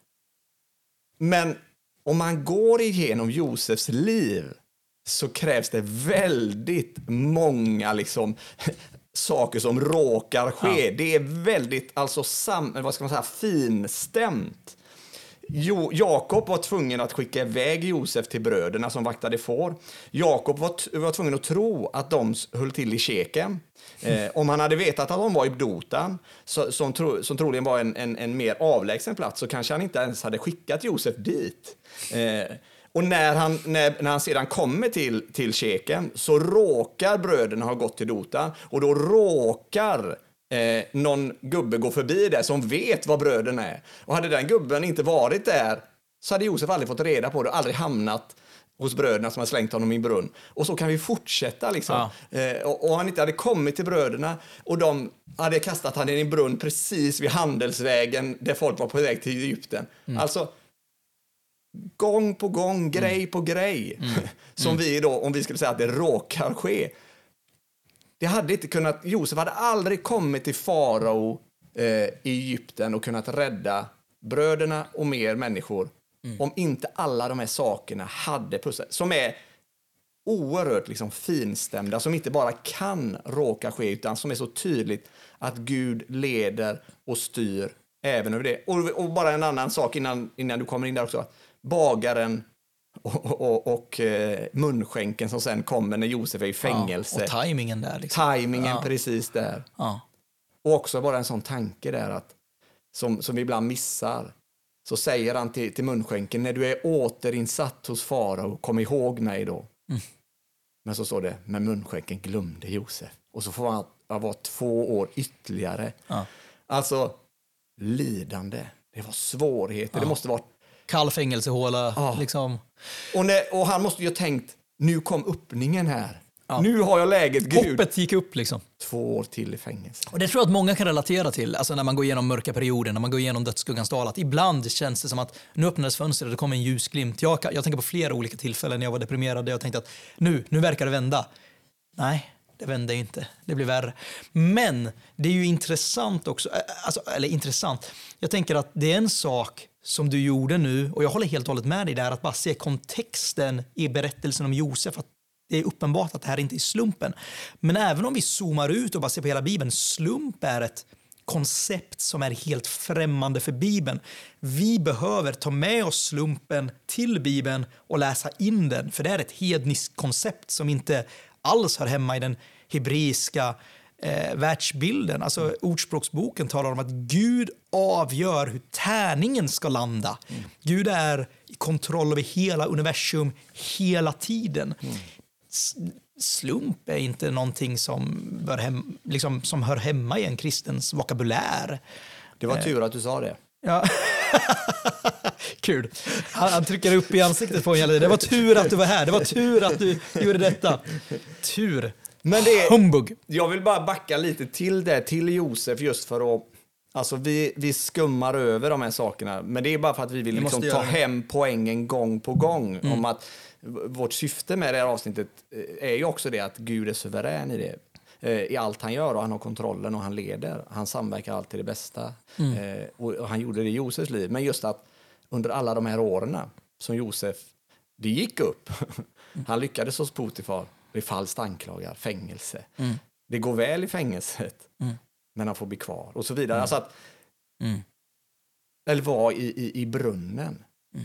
Men om man går igenom Josefs liv så krävs det väldigt många liksom saker som råkar ske. Ja. Det är väldigt, alltså sam, vad ska man säga, finstämt. Jo, Jakob var tvungen att skicka iväg Josef till bröderna som vaktade får. Jakob var, t- var tvungen att tro att de höll till i Shekem. Eh, om han hade vetat att de var i Dotan, så, som, tro, som troligen var en, en, en mer avlägsen plats, så kanske han inte ens hade skickat Josef dit. Eh, och när han, när, när han sedan kommer till, till Shekem, så råkar bröderna ha gått till Dotan, och då råkar Eh, någon gubbe går förbi där som vet vad bröden är. Och hade den gubben inte varit där, så hade Josef aldrig fått reda på det, aldrig hamnat hos bröderna som har slängt honom i en brunn. Och så kan vi fortsätta liksom. Ja. Eh, och, och han inte hade kommit till bröderna, och de hade kastat han i en brunn precis vid handelsvägen där folk var på väg till Egypten. Mm. Alltså gång på gång, grej mm. på grej. Mm. som mm. vi då, om vi skulle säga att det råkar ske. Det hade inte kunnat, Josef hade aldrig kommit till farao eh, i Egypten och kunnat rädda bröderna och mer människor mm. om inte alla de här sakerna hade pussat, som är oerhört liksom finstämda, som inte bara kan råka ske, utan som är så tydligt att Gud leder och styr även över det. Och, och bara en annan sak innan, innan du kommer in där också, bagaren Och, och, och eh, munskänken som sen kommer när Josef är i fängelse. Ja, och tajmingen där. Liksom. Tajmingen ja. precis där. Ja. Och också bara en sån tanke där att, som, som vi ibland missar. Så säger han till, till munskänken, när du är återinsatt hos farao, kom ihåg mig då. Mm. Men så står det, men munskänken glömde Josef. Och så får han, han vara två år ytterligare. Ja. Alltså, lidande. Det var svårigheter. Ja. Det måste vara kall fängelsehåla. Ja. Liksom. Och, när, och han måste ju ha tänkt, nu kom öppningen här. Ja. Nu har jag läget, Gud. Hoppet gick upp liksom. Två år till i fängelse. Och det tror jag att många kan relatera till. Alltså när man går igenom mörka perioder, när man går igenom dödsskuggans dal. Att ibland känns det som att nu öppnades fönstret och det kom en ljusglimt. Jag, jag tänker på flera olika tillfällen när jag var deprimerad. Jag tänkte att nu, nu verkar det vända. Nej, det vände inte. Det blir värre. Men det är ju intressant också. Alltså, eller intressant. Jag tänker att det är en sak som du gjorde nu, och jag håller helt och hållet med dig där, att bara se kontexten i berättelsen om Josef, att det är uppenbart att det här inte är slumpen. Men även om vi zoomar ut och bara ser på hela Bibeln, slump är ett koncept som är helt främmande för Bibeln. Vi behöver ta med oss slumpen till Bibeln och läsa in den, för det är ett hedniskt koncept som inte alls hör hemma i den hebreiska eh, världsbilden. Alltså mm. Ordspråksboken talar om att Gud avgör hur tärningen ska landa. Mm. Gud är i kontroll över hela universum hela tiden. Mm. Slump är inte någonting som, bör hem, liksom, som hör hemma i en kristens vokabulär. Det var tur att du sa det. Ja. Kul. Han, han trycker upp i ansiktet på en hela tiden. Det var tur att du var här. Det var tur att du gjorde detta. Tur. Men det är, humbug. Jag vill bara backa lite till det, till Josef, just för att alltså vi, vi skummar över de här sakerna. Men det är bara för att vi vill vi liksom ta hem poängen gång på gång. Mm. Om att vårt syfte med det här avsnittet är ju också det att Gud är suverän i det. I allt han gör, och han har kontrollen och han leder. Han samverkar alltid det bästa. Mm. Eh, och, och han gjorde det i Josefs liv. Men just att under alla de här åren som Josef, det gick upp. Mm. Han lyckades hos Potifar, bli falskt anklagad, fängelse. Mm. Det går väl i fängelset, mm. men han får bli kvar och så vidare. Mm. Alltså att, mm. eller var i, i, i brunnen. Mm.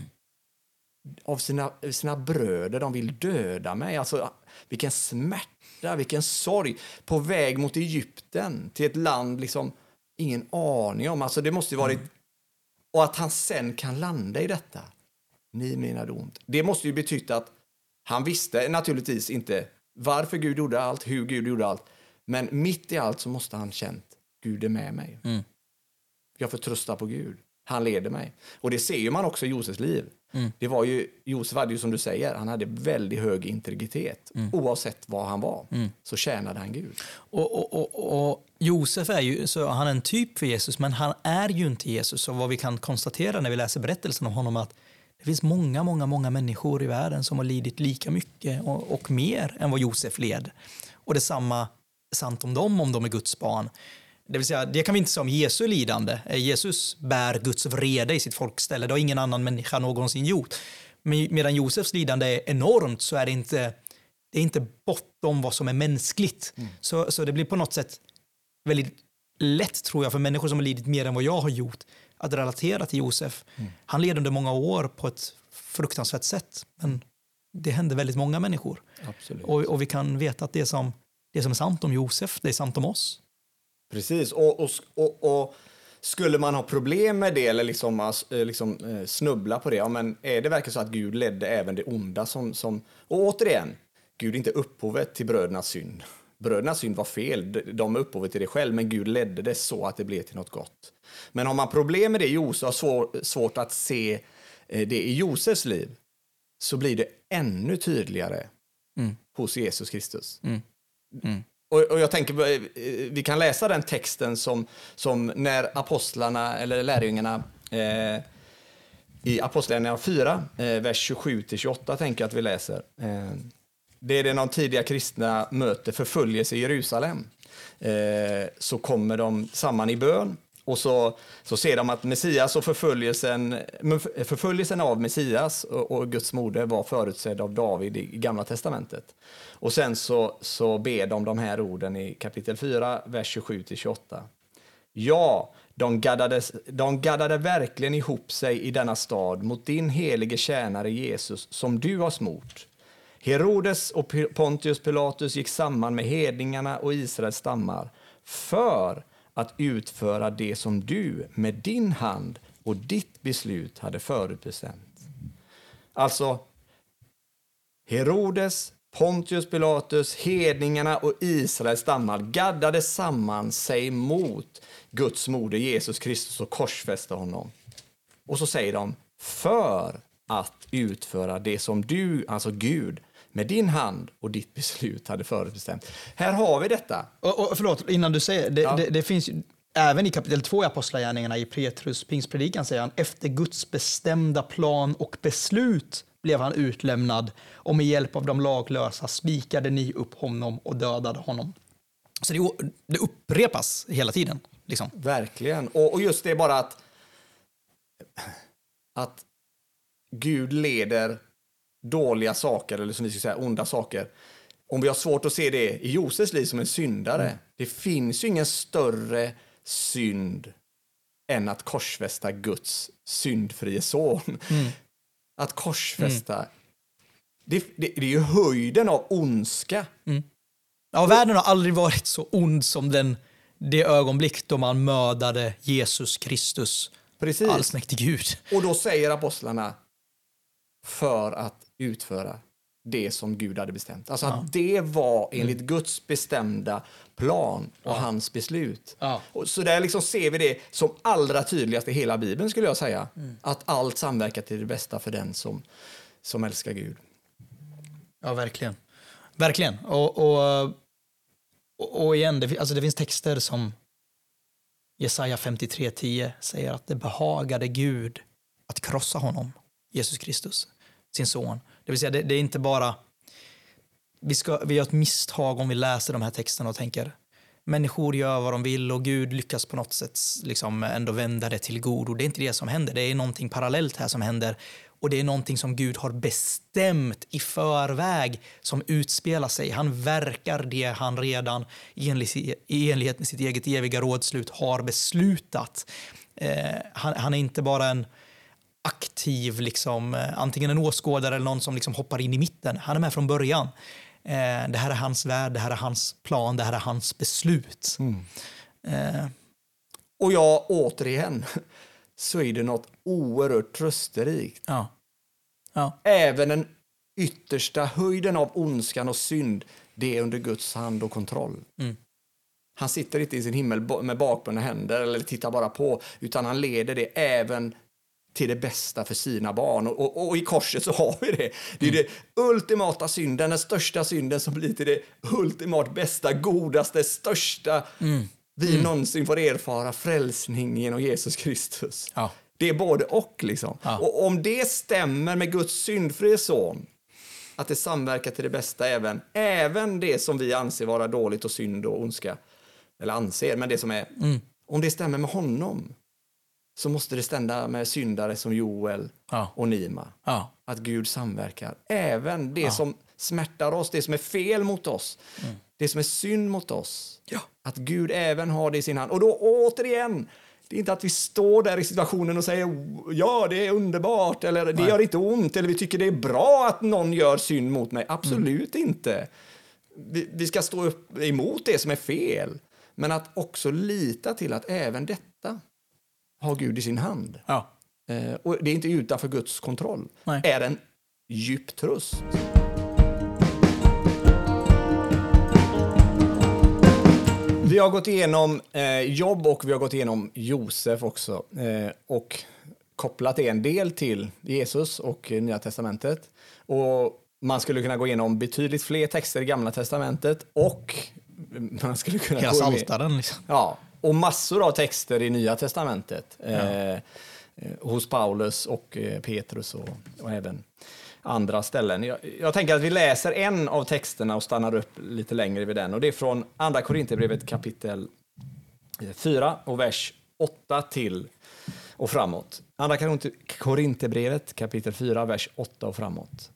Av sina, sina bröder, de vill döda mig. Alltså, vilken smärta, vilken sorg. På väg mot Egypten, till ett land liksom ingen aning om. Alltså det måste ju varit... Mm. Och att han sen kan landa i detta. Ni menade ont. Det måste ju betyda att han visste naturligtvis inte varför Gud gjorde allt, hur Gud gjorde allt. Men mitt i allt så måste han känt, Gud är med mig. Mm. Jag får trösta på Gud. Han leder mig. Och det ser ju man också i Josefs liv. Mm. Det var ju, Josef hade ju som du säger, han hade väldigt hög integritet. Mm. Oavsett vad han var, mm. så tjänade han Gud. Och, och, och, och Josef är ju, så han är en typ för Jesus, men han är ju inte Jesus. Och vad vi kan konstatera när vi läser berättelsen om honom, att det finns många, många, många människor i världen som har lidit lika mycket och, och mer än vad Josef led. Och detsamma är sant om dem, om de är Guds barn. Det vill säga, det kan vi inte säga om Jesu lidande. Jesus bär Guds vrede i sitt folkställe. Det har ingen annan människa någonsin gjort. Men medan Josefs lidande är enormt, så är det inte, det är inte bortom vad som är mänskligt. Mm. Så, så det blir på något sätt väldigt lätt, tror jag, för människor som har lidit mer än vad jag har gjort, att relatera till Josef. Mm. Han led under många år på ett fruktansvärt sätt. Men det hände väldigt många människor. Absolut. Och, och vi kan veta att det som, det som är sant om Josef, det är sant om oss. Precis, och, och, och, och skulle man ha problem med det eller liksom, liksom snubbla på det, ja, men är det verkligen så att Gud ledde även det onda som, som och återigen, Gud är inte upphovet till brödernas synd. Brödernas synd var fel, de är upphovet till det själv, men Gud ledde det så att det blev till något gott. Men har man problem med det i Josef, har svår, svårt att se det i Josefs liv, så blir det ännu tydligare mm. hos Jesus Kristus. Mm. Mm. Och, och jag tänker, vi kan läsa den texten som, som när apostlarna eller lärjungarna eh, i Apostlagärningarna fyra, eh, vers tjugosju till tjugoåtta tänker jag att vi läser. Eh, det är det någon tidiga kristna möter förföljelse i Jerusalem. Eh, så kommer de samman i bön. Och så, så ser de att Messias och förföljelsen, förföljelsen av Messias och, och Guds moder var förutsedd av David i, i Gamla testamentet. Och sen så, så ber de de här orden i kapitel fyra, vers tjugosju till tjugoåtta. Ja, de gaddade, de gaddade verkligen ihop sig i denna stad mot din helige tjänare Jesus som du har smort. Herodes och Pontius Pilatus gick samman med hedningarna och Israels stammar för att utföra det som du med din hand och ditt beslut hade förutbestämt. Alltså, Herodes, Pontius Pilatus, hedningarna och Israels stammar gaddade samman sig mot Guds moder Jesus Kristus och korsfäste honom. Och så säger de, för att utföra det som du, alltså Gud, med din hand och ditt beslut hade förutbestämt. Här har vi detta. Och, och förlåt, innan du säger, det, ja. det, det finns ju, även i kapitel två i Apostlagärningarna i Petrus pingstpredikan säger han, efter Guds bestämda plan och beslut blev han utlämnad, och med hjälp av de laglösa spikade ni upp honom och dödade honom. Så det, det upprepas hela tiden. Liksom. Verkligen. Och, och just det är bara att att Gud leder dåliga saker, eller som vi ska säga onda saker. Om vi har svårt att se det i Josefs liv som en syndare, mm. det finns ju ingen större synd än att korsfästa Guds syndfrie son. Mm. Att korsfästa, mm. det, det, det är ju höjden av ondska. Mm. Ja, världen har aldrig varit så ond som den, det ögonblick då man mördade Jesus Kristus. Precis. Allsmäktig Gud. Och då säger apostlarna för att utföra det som Gud hade bestämt. Alltså ja. att det var enligt mm. Guds bestämda plan och ja. hans beslut. Ja. Och så där liksom ser vi det som allra tydligast i hela Bibeln, skulle jag säga. Mm. Att allt samverkar till det bästa för den som, som älskar Gud. Ja, verkligen. Verkligen. Och, och, och igen, det, alltså det finns texter som Jesaja femtiotre tio säger att det behagade Gud att krossa honom, Jesus Kristus, sin son. Det vill säga, det, det är inte bara... Vi, ska, vi gör ett misstag om vi läser de här texterna och tänker människor gör vad de vill och Gud lyckas på något sätt liksom ändå vända det till god. Och det är inte det som händer. Det är någonting parallellt här som händer. Och det är någonting som Gud har bestämt i förväg som utspelar sig. Han verkar det han redan i enlighet med sitt eget eviga rådslut har beslutat. Eh, han, han är inte bara en aktiv, liksom, eh, antingen en åskådare eller någon som liksom hoppar in i mitten. Han är med från början. Eh, det här är hans värld, det här är hans plan, det här är hans beslut. Mm. Eh. Och ja, återigen så är det något oerhört trösterikt. Ja. Ja. Även den yttersta höjden av ondskan och synd, det är under Guds hand och kontroll. Mm. Han sitter inte i sin himmel med bakbundna händer eller tittar bara på, utan han leder det även till det bästa för sina barn. Och, och, och i korset så har vi det. Det är mm. det ultimata synden, den största synden som blir till det ultimat bästa, godaste, största mm. vi mm. någonsin får erfara frälsning genom Jesus Kristus. Ja. Det är både och liksom. Ja. Och om det stämmer med Guds syndfrie son, att det samverkar till det bästa även, även det som vi anser vara dåligt och synd och ondska, eller anser, men det som är, mm. om det stämmer med honom, så måste det stämma med syndare som Joel ja. och Nima. Ja. Att Gud samverkar. Även det ja. som smärtar oss, det som är fel mot oss, mm. det som är synd mot oss. Ja. Att Gud även har det i sin hand. Och då återigen, det är inte att vi står där i situationen och säger ja, det är underbart, eller det Nej. gör inte ont, eller vi tycker det är bra att någon gör synd mot mig. Absolut mm. inte. Vi, vi ska stå upp emot det som är fel. Men att också lita till att även detta har Gud i sin hand. Ja. Eh, och det är inte utanför Guds kontroll. Nej. Är en djup tröst. Vi har gått igenom eh, Jobb och vi har gått igenom Josef också. Eh, och kopplat det en del till Jesus och eh, Nya Testamentet. Och man skulle kunna gå igenom betydligt fler texter i Gamla Testamentet. Och man skulle kunna hela Psaltaren liksom. Ja, och massor av texter i Nya Testamentet. Ja. Eh, eh, hos Paulus och eh, Petrus och, och även andra ställen. Jag, jag tänker att vi läser en av texterna och stannar upp lite längre vid den. Och det är från Andra Korinthierbrevet kapitel fyra och vers åtta till och framåt. Andra Korinthierbrevet kapitel fyra, vers åtta och framåt.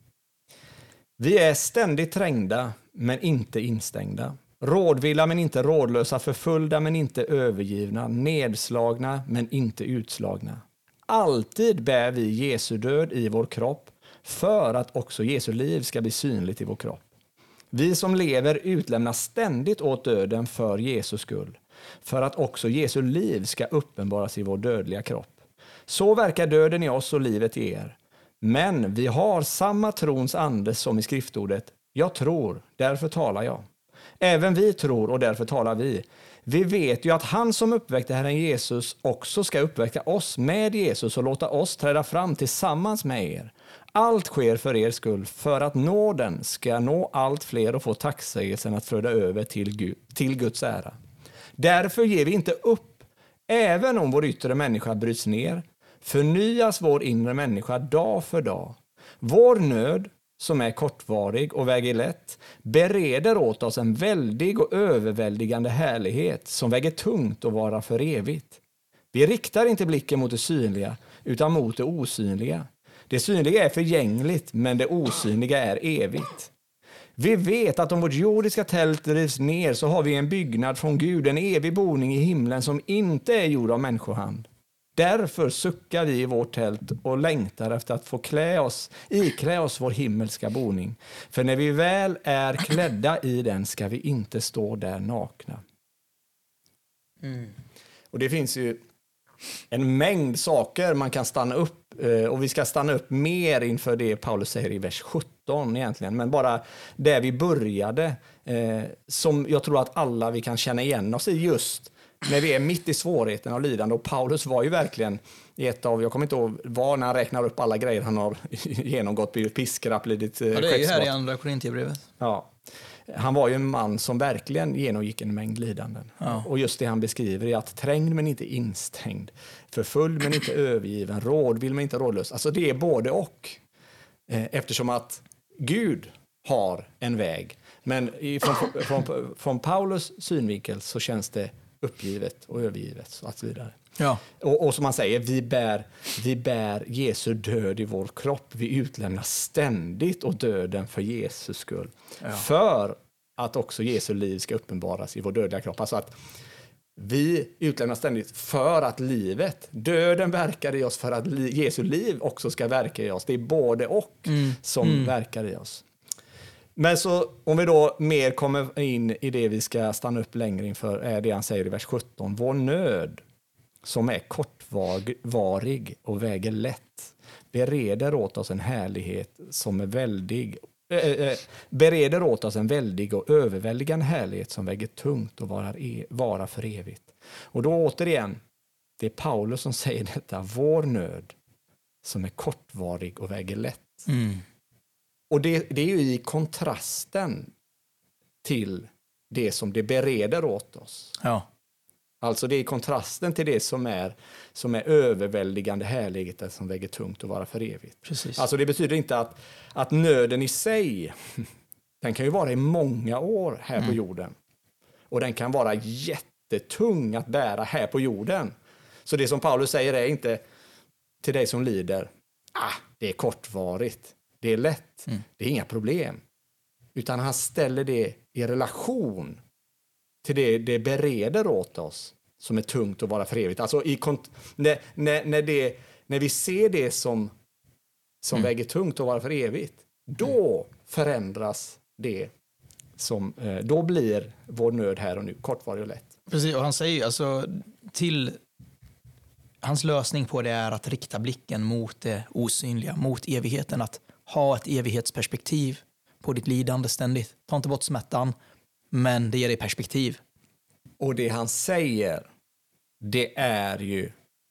Vi är ständigt trängda, men inte instängda. Rådvilla, men inte rådlösa. Förföljda, men inte övergivna. Nedslagna, men inte utslagna. Alltid bär vi Jesu död i vår kropp, för att också Jesu liv ska bli synligt i vår kropp. Vi som lever utlämnas ständigt åt döden för Jesus skull, för att också Jesu liv ska uppenbaras i vår dödliga kropp. Så verkar döden i oss och livet i er. Men vi har samma trons ande som i skriftordet. Jag tror, därför talar jag. Även vi tror och därför talar vi. Vi vet ju att han som uppväckte Herren Jesus också ska uppväcka oss med Jesus och låta oss träda fram tillsammans med er. Allt sker för er skull, för att nåden ska nå allt fler och få tacksägelsen att flöda över till, Gud, till Guds ära. Därför ger vi inte upp, även om vår yttre människa bryts ner. Förnyas vår inre människa dag för dag. Vår nöd, som är kortvarig och väger lätt, bereder åt oss en väldig och överväldigande härlighet som väger tungt och vara för evigt. Vi riktar inte blicken mot det synliga, utan mot det osynliga. Det synliga är förgängligt, men det osynliga är evigt. Vi vet att om vårt jordiska tält rivs ner så har vi en byggnad från Gud, en evig boning i himlen som inte är gjord av människohand. Därför suckar vi i vårt tält och längtar efter att få klä oss, iklä oss vår himmelska boning. För när vi väl är klädda i den ska vi inte stå där nakna. Mm. Och det finns ju en mängd saker man kan stanna upp, och vi ska stanna upp mer inför det Paulus säger i vers sjutton egentligen. Men bara där vi började, eh, som jag tror att alla vi kan känna igen oss i just när vi är mitt i svårigheten och lidande. Och Paulus var ju verkligen i ett av, jag kommer inte ihåg vad, när han räknar upp alla grejer han har genomgått, blivit piskrapp, blivit ja, det är ju här i andra Korinthierbrevet. Ja. Han var ju en man som verkligen genomgick en mängd lidanden. Ja. Och just det han beskriver är att trängd men inte instängd, förföljd men inte övergiven, råd vill men inte rådlös. Alltså det är både och. Eh, eftersom att Gud har en väg. Men från, från, från Paulus synvinkel så känns det uppgivet och övergivet och så vidare. Ja. Och, och som man säger, vi bär, vi bär Jesu död i vår kropp. Vi utlämnar ständigt och döden för Jesus skull. Ja. För att också Jesu liv ska uppenbaras i vår dödliga kropp. Alltså att vi utlämnar ständigt för att livet, döden verkar i oss för att li, Jesu liv också ska verka i oss. Det är både och mm. som mm. verkar i oss. Men så om vi då mer kommer in i det vi ska stanna upp längre inför är det han säger i vers sjutton. Vår nöd som är kortvarig och väger lätt bereder åt oss en härlighet som är väldig äh, bereder åt oss en väldig och överväldigande härlighet som väger tungt och varar, e, varar för evigt. Och då återigen, det är Paulus som säger detta, vår nöd som är kortvarig och väger lätt. Mm. Och det, det är ju i kontrasten till det som det bereder åt oss. Ja. Alltså det är kontrasten till det som är, som är överväldigande härlighet som väger tungt och vara för evigt. Precis. Alltså det betyder inte att, att nöden i sig, den kan ju vara i många år här mm. på jorden. Och den kan vara jättetung att bära här på jorden. Så det som Paulus säger är inte till dig som lider, ah, det är kortvarigt, det är lätt, mm. det är inga problem. Utan han ställer det i relation till det det bereder åt oss som är tungt att vara för evigt. Alltså i kont- när, när, när, det, när vi ser det som, som mm. väger tungt att vara för evigt, då mm. förändras det som, eh, då blir vår nöd här och nu kortvarig och lätt. Precis, och han säger alltså till hans lösning på det är att rikta blicken mot det osynliga, mot evigheten, att ha ett evighetsperspektiv på ditt lidande ständigt. Ta inte bort smärtan, men det ger dig perspektiv. Och det han säger, det är ju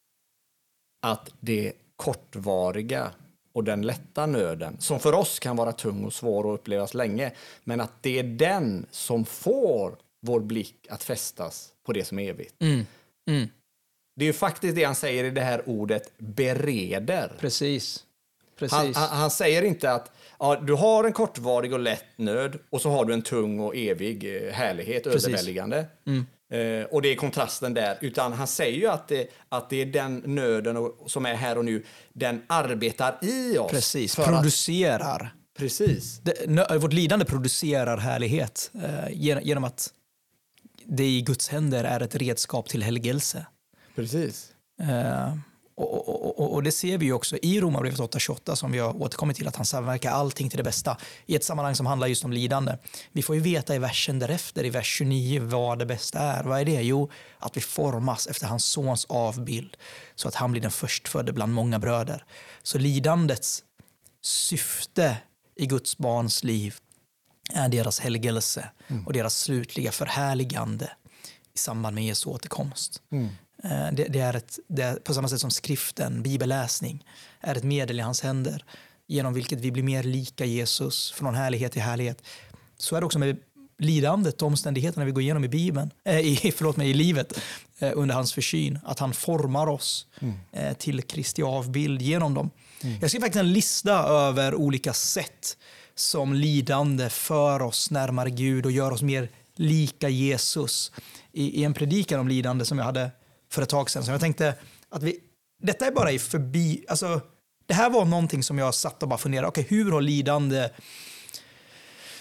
att det kortvariga och den lätta nöden, som för oss kan vara tung och svår att upplevas länge, men att det är den som får vår blick att fästas på det som är evigt. Mm. Mm. Det är ju faktiskt det han säger i det här ordet bereder. Precis. Precis. Han, han, han säger inte att ja, du har en kortvarig och lätt nöd och så har du en tung och evig härlighet, Precis. överväldigande. Mm. Eh, och det är kontrasten där. Utan han säger ju att det, att det är den nöden och, som är här och nu, den arbetar i oss. Precis, producerar. Att, precis. Det, nö, vårt lidande producerar härlighet eh, genom att det i Guds händer är ett redskap till helgelse. Precis. Eh, Och, och, och, och det ser vi ju också i Romarbrevet åtta tjugoåtta som vi har återkommit till, att han samverkar allting till det bästa i ett sammanhang som handlar just om lidande. Vi får ju veta i versen därefter, i vers tjugonio, vad det bästa är. Vad är det? Jo, att vi formas efter hans sons avbild så att han blir den förstfödde bland många bröder. Så lidandets syfte i Guds barns liv är deras helgelse mm. och deras slutliga förhärligande i samband med Jesu återkomst. Mm. Det, det är ett, det är, på samma sätt som skriften, bibelläsning, är ett medel i hans händer genom vilket vi blir mer lika Jesus från härlighet till härlighet. Så är det också med lidandet och omständigheterna vi går igenom i Bibeln, äh, i, förlåt mig, i livet äh, under hans försyn. Att han formar oss mm. äh, till Kristi avbild genom dem. Mm. Jag skrev faktiskt en lista över olika sätt som lidande för oss närmare Gud och gör oss mer lika Jesus. I, i en predikan om lidande som jag hade för ett tag sedan. Så jag tänkte att vi, detta är bara i förbi, alltså det här var någonting som jag satt och bara funderade, okej, okay, hur har lidande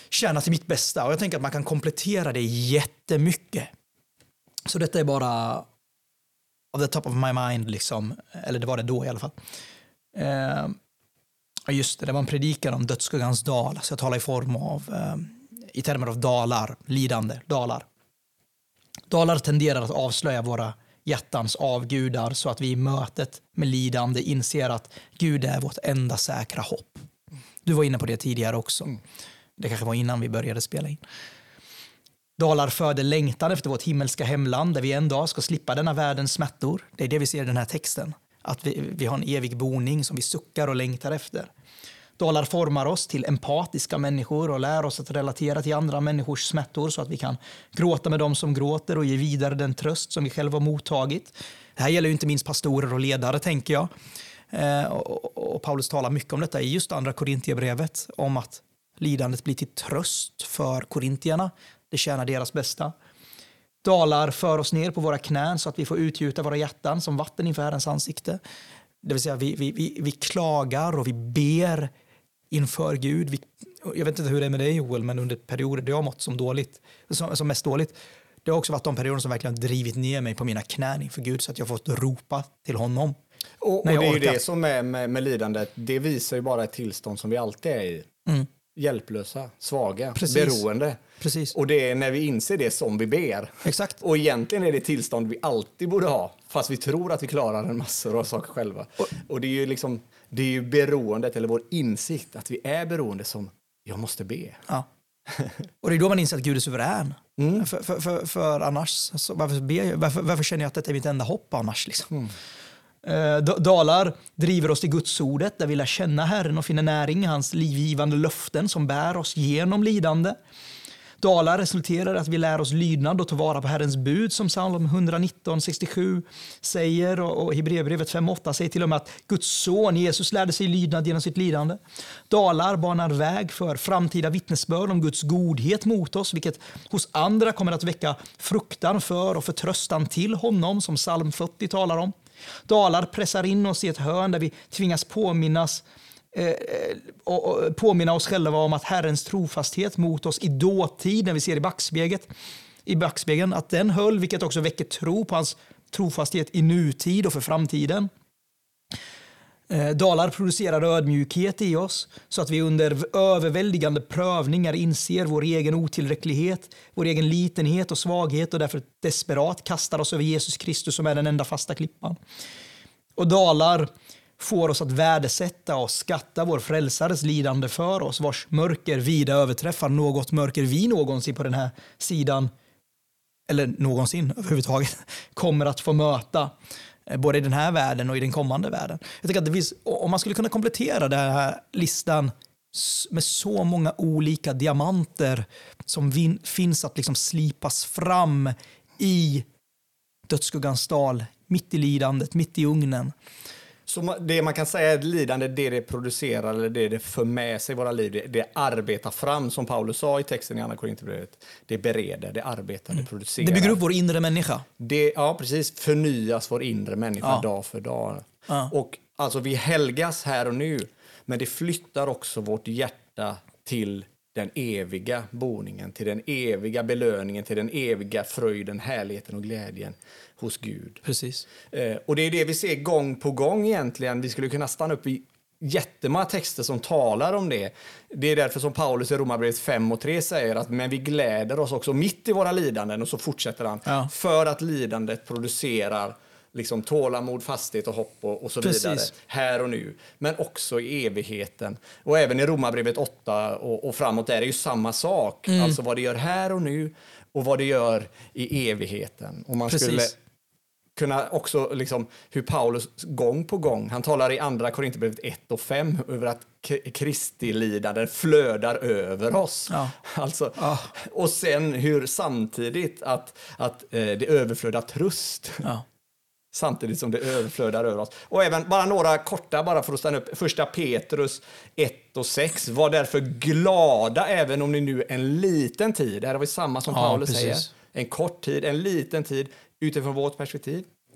tjäna till mitt bästa. Och jag tänker att man kan komplettera det jättemycket. Så detta är bara of the top of my mind, liksom. Eller det var det då i alla fall. Eh, just det, det var en predikan om dödsskuggans dal. Så jag talar i form av, eh, i termer av dalar, lidande, dalar. Dalar tenderar att avslöja våra hjärtans avgudar så att vi i mötet med lidande inser att Gud är vårt enda säkra hopp. Du var inne på det tidigare också. Det kanske var innan vi började spela in. Dalar föder längtan efter vårt himmelska hemland där vi en dag ska slippa denna världens smärtor. Det är det vi ser i den här texten. Att vi, vi har en evig boning som vi suckar och längtar efter. Dalar formar oss till empatiska människor och lär oss att relatera till andra människors smärtor så att vi kan gråta med dem som gråter och ge vidare den tröst som vi själva har mottagit. Det här gäller ju inte minst pastorer och ledare, tänker jag. Eh, och, och Paulus talar mycket om detta i just andra Korintierbrevet, om att lidandet blir till tröst för korintierna. Det tjänar deras bästa. Dalar för oss ner på våra knän så att vi får utgjuta våra hjärtan som vatten inför Herrens ansikte. Det vill säga vi, vi, vi, vi klagar och vi ber inför Gud. Vi, jag vet inte hur det är med dig, Joel, men under perioder det har mått som dåligt, som, som mest dåligt. Det har också varit de perioder som verkligen har drivit ner mig på mina knän inför Gud så att jag har fått ropa till honom. Och, och det är ju det som är med, med lidandet. Det visar ju bara ett tillstånd som vi alltid är i. Mm. Hjälplösa, svaga, Precis. beroende. Precis. Och det är när vi inser det som vi ber. Exakt. Och egentligen är det tillstånd vi alltid borde ha. Fast vi tror att vi klarar en massor av saker själva. Och, och det är ju liksom, det är ju beroendet eller vår insikt att vi är beroende som jag måste be. Ja. Och det är då man inser att Gud är suverän. Mm. För, för, för, för annars, så varför, be, varför, varför känner jag att detta är mitt enda hopp annars? Liksom? Mm. Dalar driver oss till Guds ordet där vi lär känna Herren och finna näring i hans livgivande löften som bär oss genom lidande. Dalar resulterar i att vi lär oss lydnad och ta vara på Herrens bud som psalm etthundranitton sextiosju säger, och Hebreerbrevet fem åtta säger till och med att Guds son Jesus lärde sig lydnad genom sitt lidande. Dalar banar väg för framtida vittnesbörd om Guds godhet mot oss, vilket hos andra kommer att väcka fruktan för och förtröstan till honom som psalm fyrtio talar om. Dalar pressar in oss i ett hörn där vi tvingas påminnas eh, och, och påminna oss själva om att Herrens trofasthet mot oss i dåtid, när vi ser i backspegeln, i backspegeln att den höll, vilket också väcker tro på hans trofasthet i nutid och för framtiden. Eh, dalar producerar ödmjukhet i oss så att vi under överväldigande prövningar inser vår egen otillräcklighet, vår egen litenhet och svaghet och därför desperat kastar oss över Jesus Kristus som är den enda fasta klippan. Och dalar får oss att värdesätta och skatta vår frälsares lidande för oss, vars mörker vida överträffar något mörker vi någonsin på den här sidan, eller någonsin överhuvudtaget, kommer att få möta. Både i den här världen och i den kommande världen. Jag tycker att det finns, om man skulle kunna komplettera den här listan med så många olika diamanter som vin, finns att liksom slipas fram i dödsskuggans dal, mitt i lidandet, mitt i ugnen. Så det man kan säga är att lidande, det det producerar eller det det för med sig i våra liv, det, det arbetar fram, som Paulus sa i texten i andra Korintierbrevet. Det bereder, det arbetar, det producerar. Det bygger upp vår inre människa. Det, ja, precis. Förnyas vår inre människa ja. dag för dag. Ja. Och alltså vi helgas här och nu, men det flyttar också vårt hjärta till den eviga boningen, till den eviga belöningen, till den eviga fröjden, härligheten och glädjen hos Gud. Precis. Eh, och det är det vi ser gång på gång egentligen. Vi skulle kunna stanna upp i jättemånga texter som talar om det. Det är därför som Paulus i Romarbrevet fem och tre säger att men vi gläder oss också mitt i våra lidanden, och så fortsätter han. Ja. För att lidandet producerar liksom tålamod, fasthet och hopp och, och så Precis. vidare. Här och nu. Men också i evigheten. Och även i Romarbrevet åtta och, och framåt är det ju samma sak. Mm. Alltså vad det gör här och nu och vad det gör i evigheten. Och man Precis. skulle kunna också liksom hur Paulus gång på gång, han talar i andra Korintierbrevet ett och fem över att Kristi lidande flödar över oss. Ja. Alltså, ja. Och sen hur samtidigt att, att eh, det överflödar tröst. Ja. Samtidigt som det överflödar över oss. Och även bara några korta, bara för att stanna upp. Första Petrus ett och sex. Var därför glada även om ni nu en liten tid. Det här har vi samma som ja, Paulus precis. säger. En kort tid, en liten tid utifrån vårt perspektiv.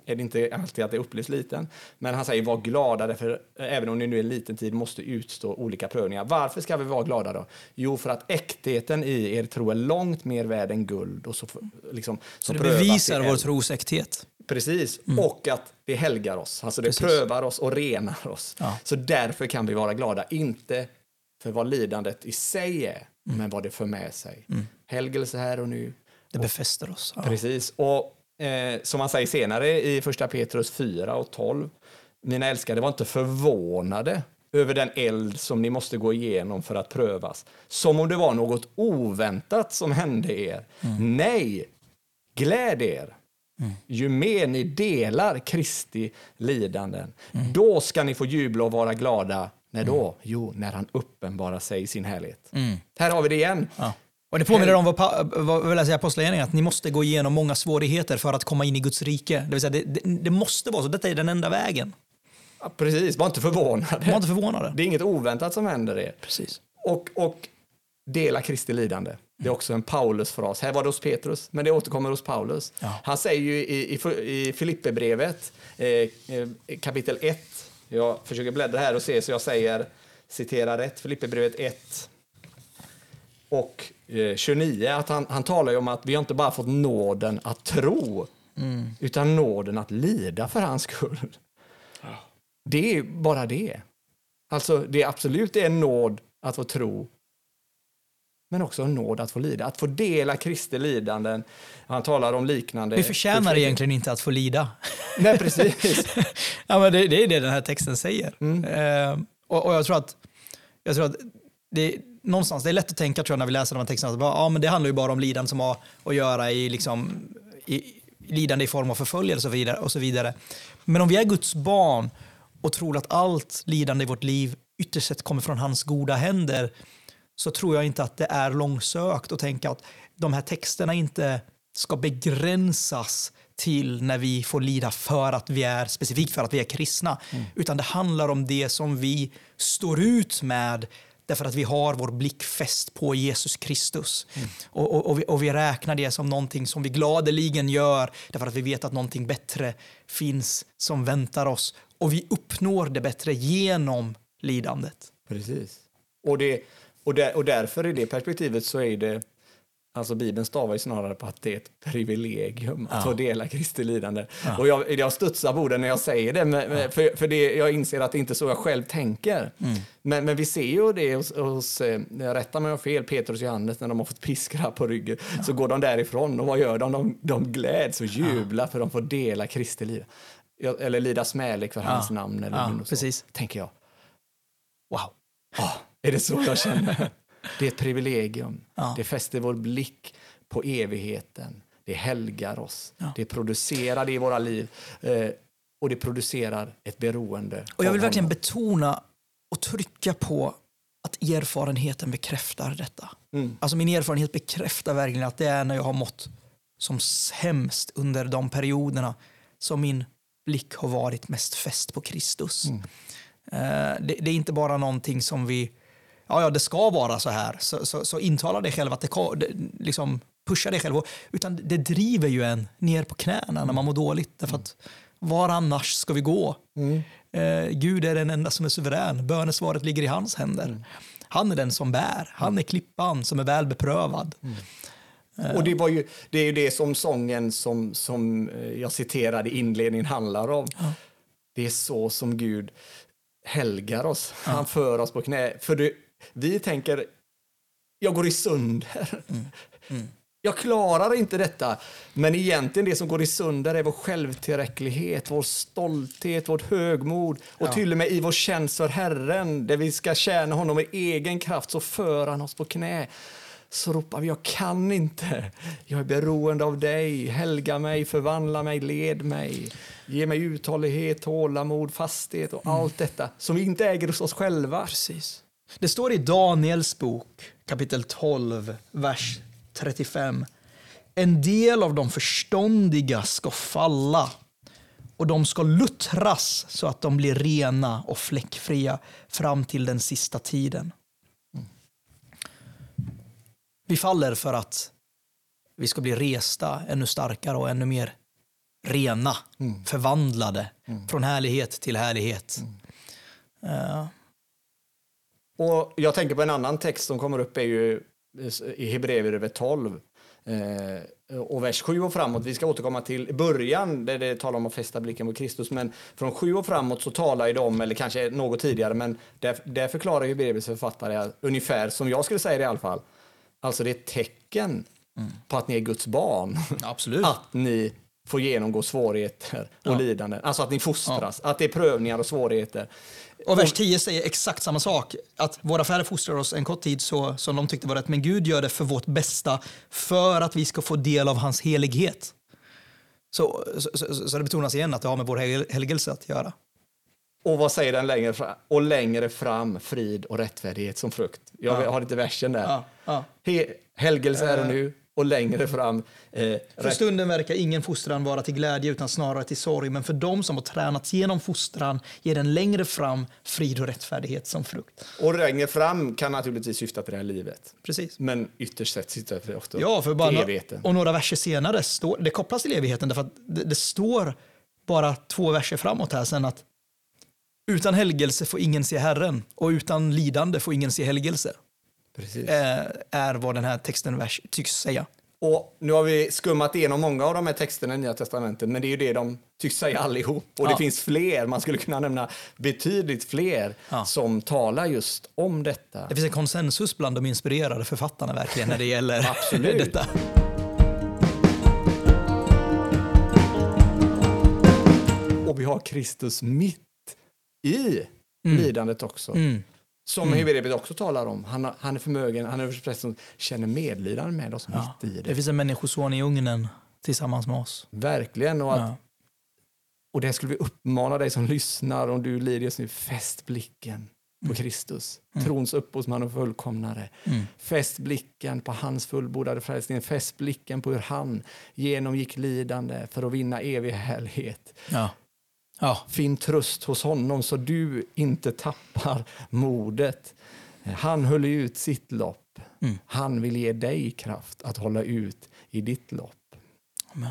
är det inte alltid att det upplevs liten. Men han säger var glada, därför även om ni nu är liten tid måste utstå olika prövningar. Varför ska vi vara glada då? Jo, för att äktheten i er tro är långt mer värd än guld. Och så, liksom, så det bevisar vår trosäkthet. Precis, mm. och att det helgar oss. Alltså det Precis. prövar oss och renar oss. Ja. Så därför kan vi vara glada. Inte för vad lidandet i sig är, mm. men vad det för med sig. Mm. Helgelse här och nu. Det befäster oss. Ja. Precis, och eh, som man säger senare i första Petrus fyra och tolv. Mina älskade, var inte förvånade över den eld som ni måste gå igenom för att prövas. Som om det var något oväntat som hände er. Mm. Nej, gläd er. Mm. Ju mer ni delar Kristi lidanden, mm. då ska ni få jubla och vara glada. När då? Mm. Jo, när han uppenbarar sig i sin härlighet. Mm. Här har vi det igen. Ja. Och det påminner om vad, vad vill jag säga, apostlagärningarna, att ni måste gå igenom många svårigheter för att komma in i Guds rike. Det vill säga, det, det, det måste vara så. Detta är den enda vägen. Ja, precis, var inte förvånade. Var inte förvånade. Det är inget oväntat som händer er. Precis. Och, och dela Kristi lidande. Det är också en Paulus-fras. Här var det hos Petrus, men det återkommer hos Paulus. Ja. Han säger ju i, i, i Filipperbrevet, eh, kapitel ett. Jag försöker bläddra här och se så jag säger, citerar rätt. Filipperbrevet ett och eh, tjugonio. Att han, han talar ju om att vi har inte bara fått nåden att tro, mm. utan nåden att lida för hans skull. Ja. Det är bara det. Alltså, det är absolut det är en nåd att få tro, men också en nåd att få lida. Att få dela Kristi lidanden. Han talar om liknande... Vi förtjänar egentligen inte att få lida. Nej, precis. Ja, men det, det är det den här texten säger. Mm. Uh, och, och jag tror att, jag tror att det, någonstans, det är lätt att tänka, tror jag, när vi läser de här texterna, att bara, ja, men det handlar ju bara om lidande som har att göra i, liksom, i, i lidande i form av förföljelse och så vidare, och så vidare. Men om vi är Guds barn och tror att allt lidande i vårt liv ytterst sett kommer från hans goda händer, så tror jag inte att det är långsökt att tänka att de här texterna inte ska begränsas till när vi får lida för att vi är, specifikt för att vi är kristna. Mm. Utan det handlar om det som vi står ut med därför att vi har vår blick fäst på Jesus Kristus. Mm. Och, och, och, vi, och vi räknar det som någonting som vi gladeligen gör därför att vi vet att någonting bättre finns som väntar oss. Och vi uppnår det bättre genom lidandet. Precis. Och det Och, där, och därför i det perspektivet så är det, alltså Bibeln stavar ju snarare på att det är ett privilegium att ja. få dela Kristi lidande. Ja. Och jag, jag studsar på det när jag säger det, med, ja. för, för det, jag inser att det inte är så jag själv tänker. Mm. Men, men vi ser ju det hos, hos jag rättar mig om fel, Petrus och Johannes, när de har fått piskra på ryggen, ja. så går de därifrån och vad gör de? De, de gläds och jublar ja. för de får dela Kristi lidande. Eller lida smälek för ja. hans namn. Eller ja, precis. Tänker jag. Wow. Oh. Är det så jag känner? Det är ett privilegium. Ja. Det fäster vår blick på evigheten. Det helgar oss. Ja. Det producerar det i våra liv. Eh, och det producerar ett beroende. Och jag vill verkligen betona och trycka på att erfarenheten bekräftar detta. Mm. Alltså min erfarenhet bekräftar verkligen att det är när jag har mått som hemskt under de perioderna som min blick har varit mest fäst på Kristus. Mm. Eh, det, det är inte bara någonting som vi Ja, ja, det ska vara så här. Så, så, så intala dig själv att det, det liksom pusha dig själv. Utan det driver ju en ner på knäna när man mår dåligt. Därför att var annars ska vi gå? Mm. Eh, Gud är den enda som är suverän. Bönesvaret ligger i hans händer. Mm. Han är den som bär. Han är klippan som är väl beprövad. Mm. Eh. Och det, var ju, det är ju det som sången som, som jag citerade i inledningen handlar om. Ja. Det är så som Gud helgar oss. Ja. Han för oss på knä. För det, vi tänker, jag går i sönder. Mm. Mm. Jag klarar inte detta. Men egentligen det som går i sönder är vår självtillräcklighet, vår stolthet, vårt högmod. Och ja. till och med i vår tjänst för Herren, där vi ska tjäna honom med egen kraft, så för han oss på knä. Så ropar vi, jag kan inte. Jag är beroende av dig. Helga mig, förvandla mig, led mig. Ge mig uthållighet, tålamod, fasthet och mm. allt detta som vi inte äger hos oss själva. Precis. Det står i Daniels bok, kapitel tolv, vers trettiofem. En del av de förståndiga ska falla och de ska luttras så att de blir rena och fläckfria fram till den sista tiden. Mm. Vi faller för att vi ska bli resta ännu starkare och ännu mer rena, Mm. förvandlade Mm. från härlighet till härlighet. Mm. Uh, Och jag tänker på en annan text som kommer upp är ju i Hebreerbrevet tolv. Eh, och vers sju och framåt, vi ska återkomma till början där det talar om att fästa blicken på Kristus, men från sju och framåt så talar ju de, eller kanske något tidigare, men där, där förklarar ju Hebreerbrevets författare ungefär som jag skulle säga det i alla fall. Alltså det är ett tecken mm. på att ni är Guds barn. Absolut. Att ni får genomgå svårigheter och ja. lidanden. Alltså att ni fostras, ja. att det är prövningar och svårigheter. Och vers tio säger exakt samma sak. Att våra fäder fostrar oss en kort tid så, som de tyckte var rätt. Men Gud gör det för vårt bästa. För att vi ska få del av hans helighet. Så, så, så, så det betonas igen att det har med vår hel, helgelse att göra. Och vad säger den längre fram? Och längre fram frid och rättfärdighet som frukt. Jag ja. har inte versen där. Ja. Ja. He, helgelse är det nu. Och längre fram. Eh, för stunden verkar ingen fostran vara till glädje utan snarare till sorg. Men för dem som har tränats genom fostran ger den längre fram frid och rättfärdighet som frukt. Och längre fram kan naturligtvis syfta på det här livet. Precis. Men ytterst sett sitter det ofta ja, för bara till evigheten. Och några verser senare, står, det kopplas till evigheten. Därför att det, det står bara två verser framåt här sen att utan helgelse får ingen se Herren. Och utan lidande får ingen se helgelse. Precis. Är vad den här texten vers tycks säga. Och nu har vi skummat igenom många av de här texterna i Nya testamentet, men det är ju det de tycks säga allihop. Och ja. det finns fler, man skulle kunna nämna betydligt fler ja. som talar just om detta. Det finns en konsensus bland de inspirerade författarna verkligen när det gäller Absolut. detta. Och vi har Kristus mitt i mm. lidandet också. Mm. Som mm. Hebreerbrevet också talar om. Han, han är förmögen, han är översteprästen som känner medlidande med oss ja. mitt i det. Det finns en människoson i ugnen tillsammans med oss. Verkligen. Och, att, ja. och det skulle vi uppmana dig som lyssnar om du lider just nu. Fäst blicken på mm. Kristus. Mm. Trons upphovsman och fullkomnare. Mm. Fäst blicken på hans fullbordade frälsning. Fäst blicken på hur han genomgick lidande för att vinna evig härlighet. Ja. Ja. Finn tröst hos honom så du inte tappar modet. Han höll ut sitt lopp. Mm. Han vill ge dig kraft att hålla ut i ditt lopp. Amen.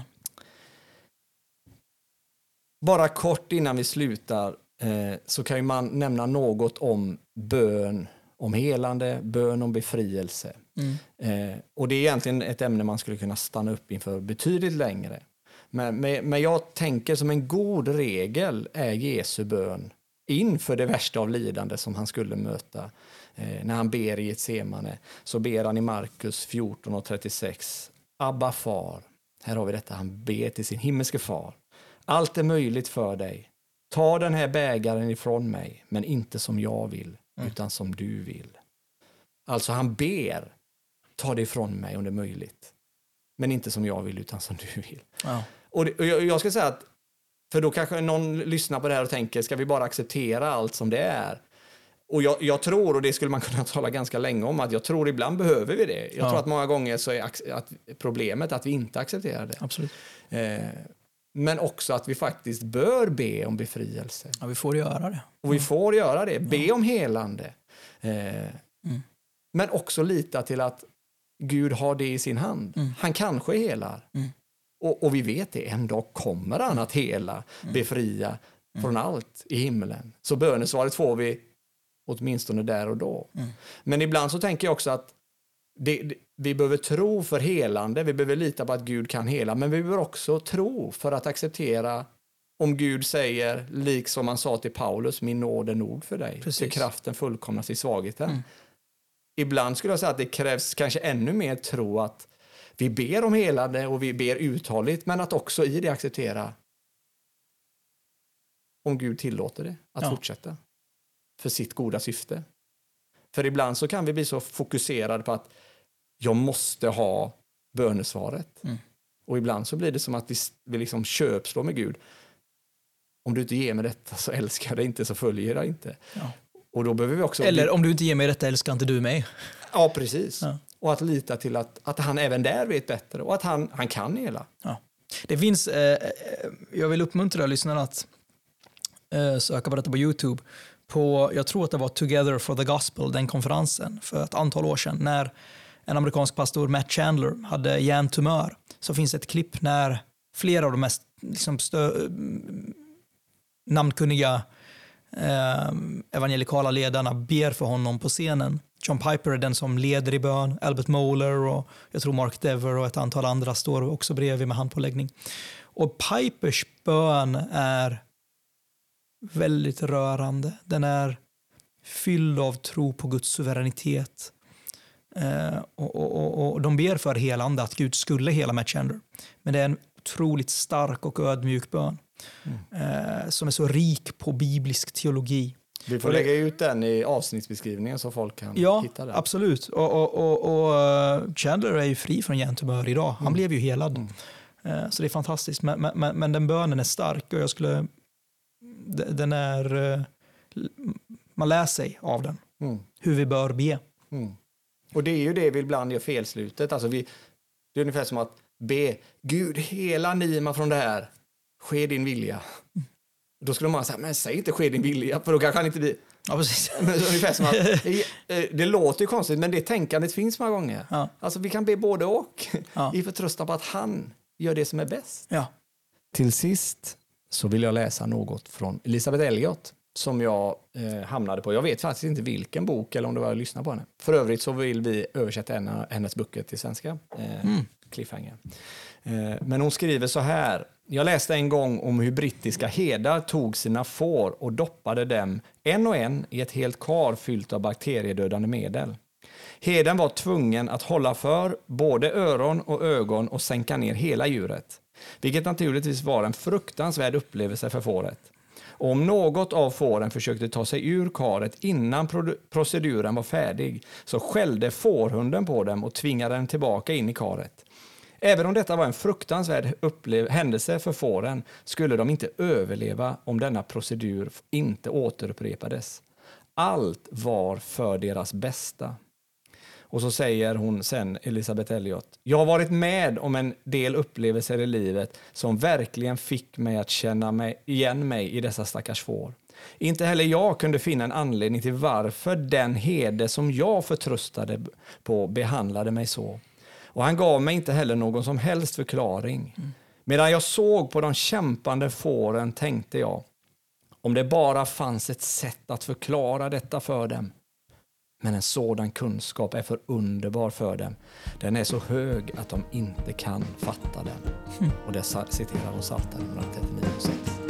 Bara kort innan vi slutar eh, så kan man nämna något om bön, om helande, bön om befrielse. Mm. Eh, och det är egentligen ett ämne man skulle kunna stanna upp inför betydligt längre. Men, men, men jag tänker som en god regel är Jesu bön inför det värsta av lidande som han skulle möta. Eh, när han ber i Getsemane så ber han i Markus fjorton och trettiosex. Abba far, här har vi detta, han ber till sin himmelske far. Allt är möjligt för dig. Ta den här bägaren ifrån mig, men inte som jag vill, mm. utan som du vill. Alltså han ber, ta det ifrån mig om det är möjligt. Men inte som jag vill, utan som du vill. Ja. Och, det, och jag, jag ska säga att, för då kanske någon lyssnar på det här och tänker, ska vi bara acceptera allt som det är? Och jag, jag tror, och det skulle man kunna tala ganska länge om, att jag tror ibland behöver vi det. Jag ja. tror att många gånger så är att problemet att vi inte accepterar det. Absolut. Eh, men också att vi faktiskt bör be om befrielse. Ja, vi får göra det. Och vi får göra det. Be ja. om helande. Eh, mm. Men också lita till att Gud har det i sin hand. Mm. Han kanske helar. Mm. Och, och vi vet det, en dag kommer han att hela, mm. befria mm. från allt i himlen. Så bönesvaret får vi åtminstone där och då. Mm. Men ibland så tänker jag också att det, det, vi behöver tro för helande, vi behöver lita på att Gud kan hela, men vi behöver också tro för att acceptera om Gud säger, liksom han sa till Paulus, min nåd är nog för dig. Precis. För kraften fullkomnas i svagheten. Mm. Ibland skulle jag säga att det krävs kanske ännu mer tro att vi ber om helande och vi ber uthålligt, men att också i det acceptera om Gud tillåter det att ja. fortsätta för sitt goda syfte. För ibland så kan vi bli så fokuserade på att jag måste ha bönesvaret. Mm. Och ibland så blir det som att vi, vi liksom köpslår med Gud. Om du inte ger mig detta så älskar jag dig inte, så följer jag inte. Ja. Och då behöver vi också... Eller om du inte ger mig detta älskar inte du mig. Ja, precis. Ja. Och att lita till att, att han även där vet bättre och att han, han kan hela. Ja. Det finns, eh, jag vill uppmuntra lyssnarna att eh, söka på detta på YouTube. På, jag tror att det var Together for the Gospel, den konferensen för ett antal år sedan, när en amerikansk pastor, Matt Chandler, hade hjärntumör. Så finns ett klipp när flera av de mest liksom, stö- namnkunniga eh, evangelikala ledarna ber för honom på scenen. John Piper är den som leder i bön. Albert Mohler och jag tror Mark Dever och ett antal andra står också bredvid med handpåläggning. Och Pipers bön är väldigt rörande. Den är fylld av tro på Guds suveränitet. Eh, och, och, och, och de ber för helande att Gud skulle hela Matt Chandler. Men det är en otroligt stark och ödmjuk bön. Mm. Eh, som är så rik på biblisk teologi. Vi får lägga ut den i avsnittsbeskrivningen så folk kan ja, hitta den. Absolut. Och, och, och, och Chandler är ju fri från hjärntumör idag. Han mm. blev ju helad. Mm. Eh, så det är fantastiskt. Men, men, men den bönen är stark och jag skulle... Den är... Man lär sig av den. Mm. Hur vi bör be. Mm. Och det är ju det vi ibland gör felslutet. Alltså vi, det är ungefär som att be Gud hela Nima från det här. Ske din vilja. Mm. Då skulle man säga, men säg inte ske din vilja, för då kanske han inte blir... Ja, precis. Ungefär som att, det, det låter ju konstigt, men det tänkandet finns många gånger. Ja. Alltså vi kan be både och. Ja. I förtröstan på att han gör det som är bäst. Ja. Till sist så vill jag läsa något från Elisabeth Elliot som jag eh, hamnade på. Jag vet faktiskt inte vilken bok eller om det var att lyssna på henne. För övrigt så vill vi översätta en av hennes böcker till svenska. Eh, mm. Cliffhanger. Eh, men hon skriver så här. Jag läste en gång om hur brittiska herdar tog sina får och doppade dem en och en i ett helt kar fyllt av bakteriedödande medel. Herden var tvungen att hålla för både öron och ögon och sänka ner hela djuret. Vilket naturligtvis var en fruktansvärd upplevelse för fåret. Och om något av fåren försökte ta sig ur karet innan proceduren var färdig så skällde fårhunden på dem och tvingade dem tillbaka in i karet. Även om detta var en fruktansvärd upplev- händelse för fåren skulle de inte överleva om denna procedur inte återupprepades. Allt var för deras bästa. Och så säger hon sen, Elisabeth Elliot, jag har varit med om en del upplevelser i livet som verkligen fick mig att känna mig, igen mig i dessa stackars får. Inte heller jag kunde finna en anledning till varför den herde som jag förtröstade på behandlade mig så. Och han gav mig inte heller någon som helst förklaring. Mm. Medan jag såg på de kämpande fåren tänkte jag, om det bara fanns ett sätt att förklara detta för dem. Men en sådan kunskap är för underbar för dem. Den är så hög att de inte kan fatta den. Mm. Och det citerar hon Psaltaren etthundratrettionio sex.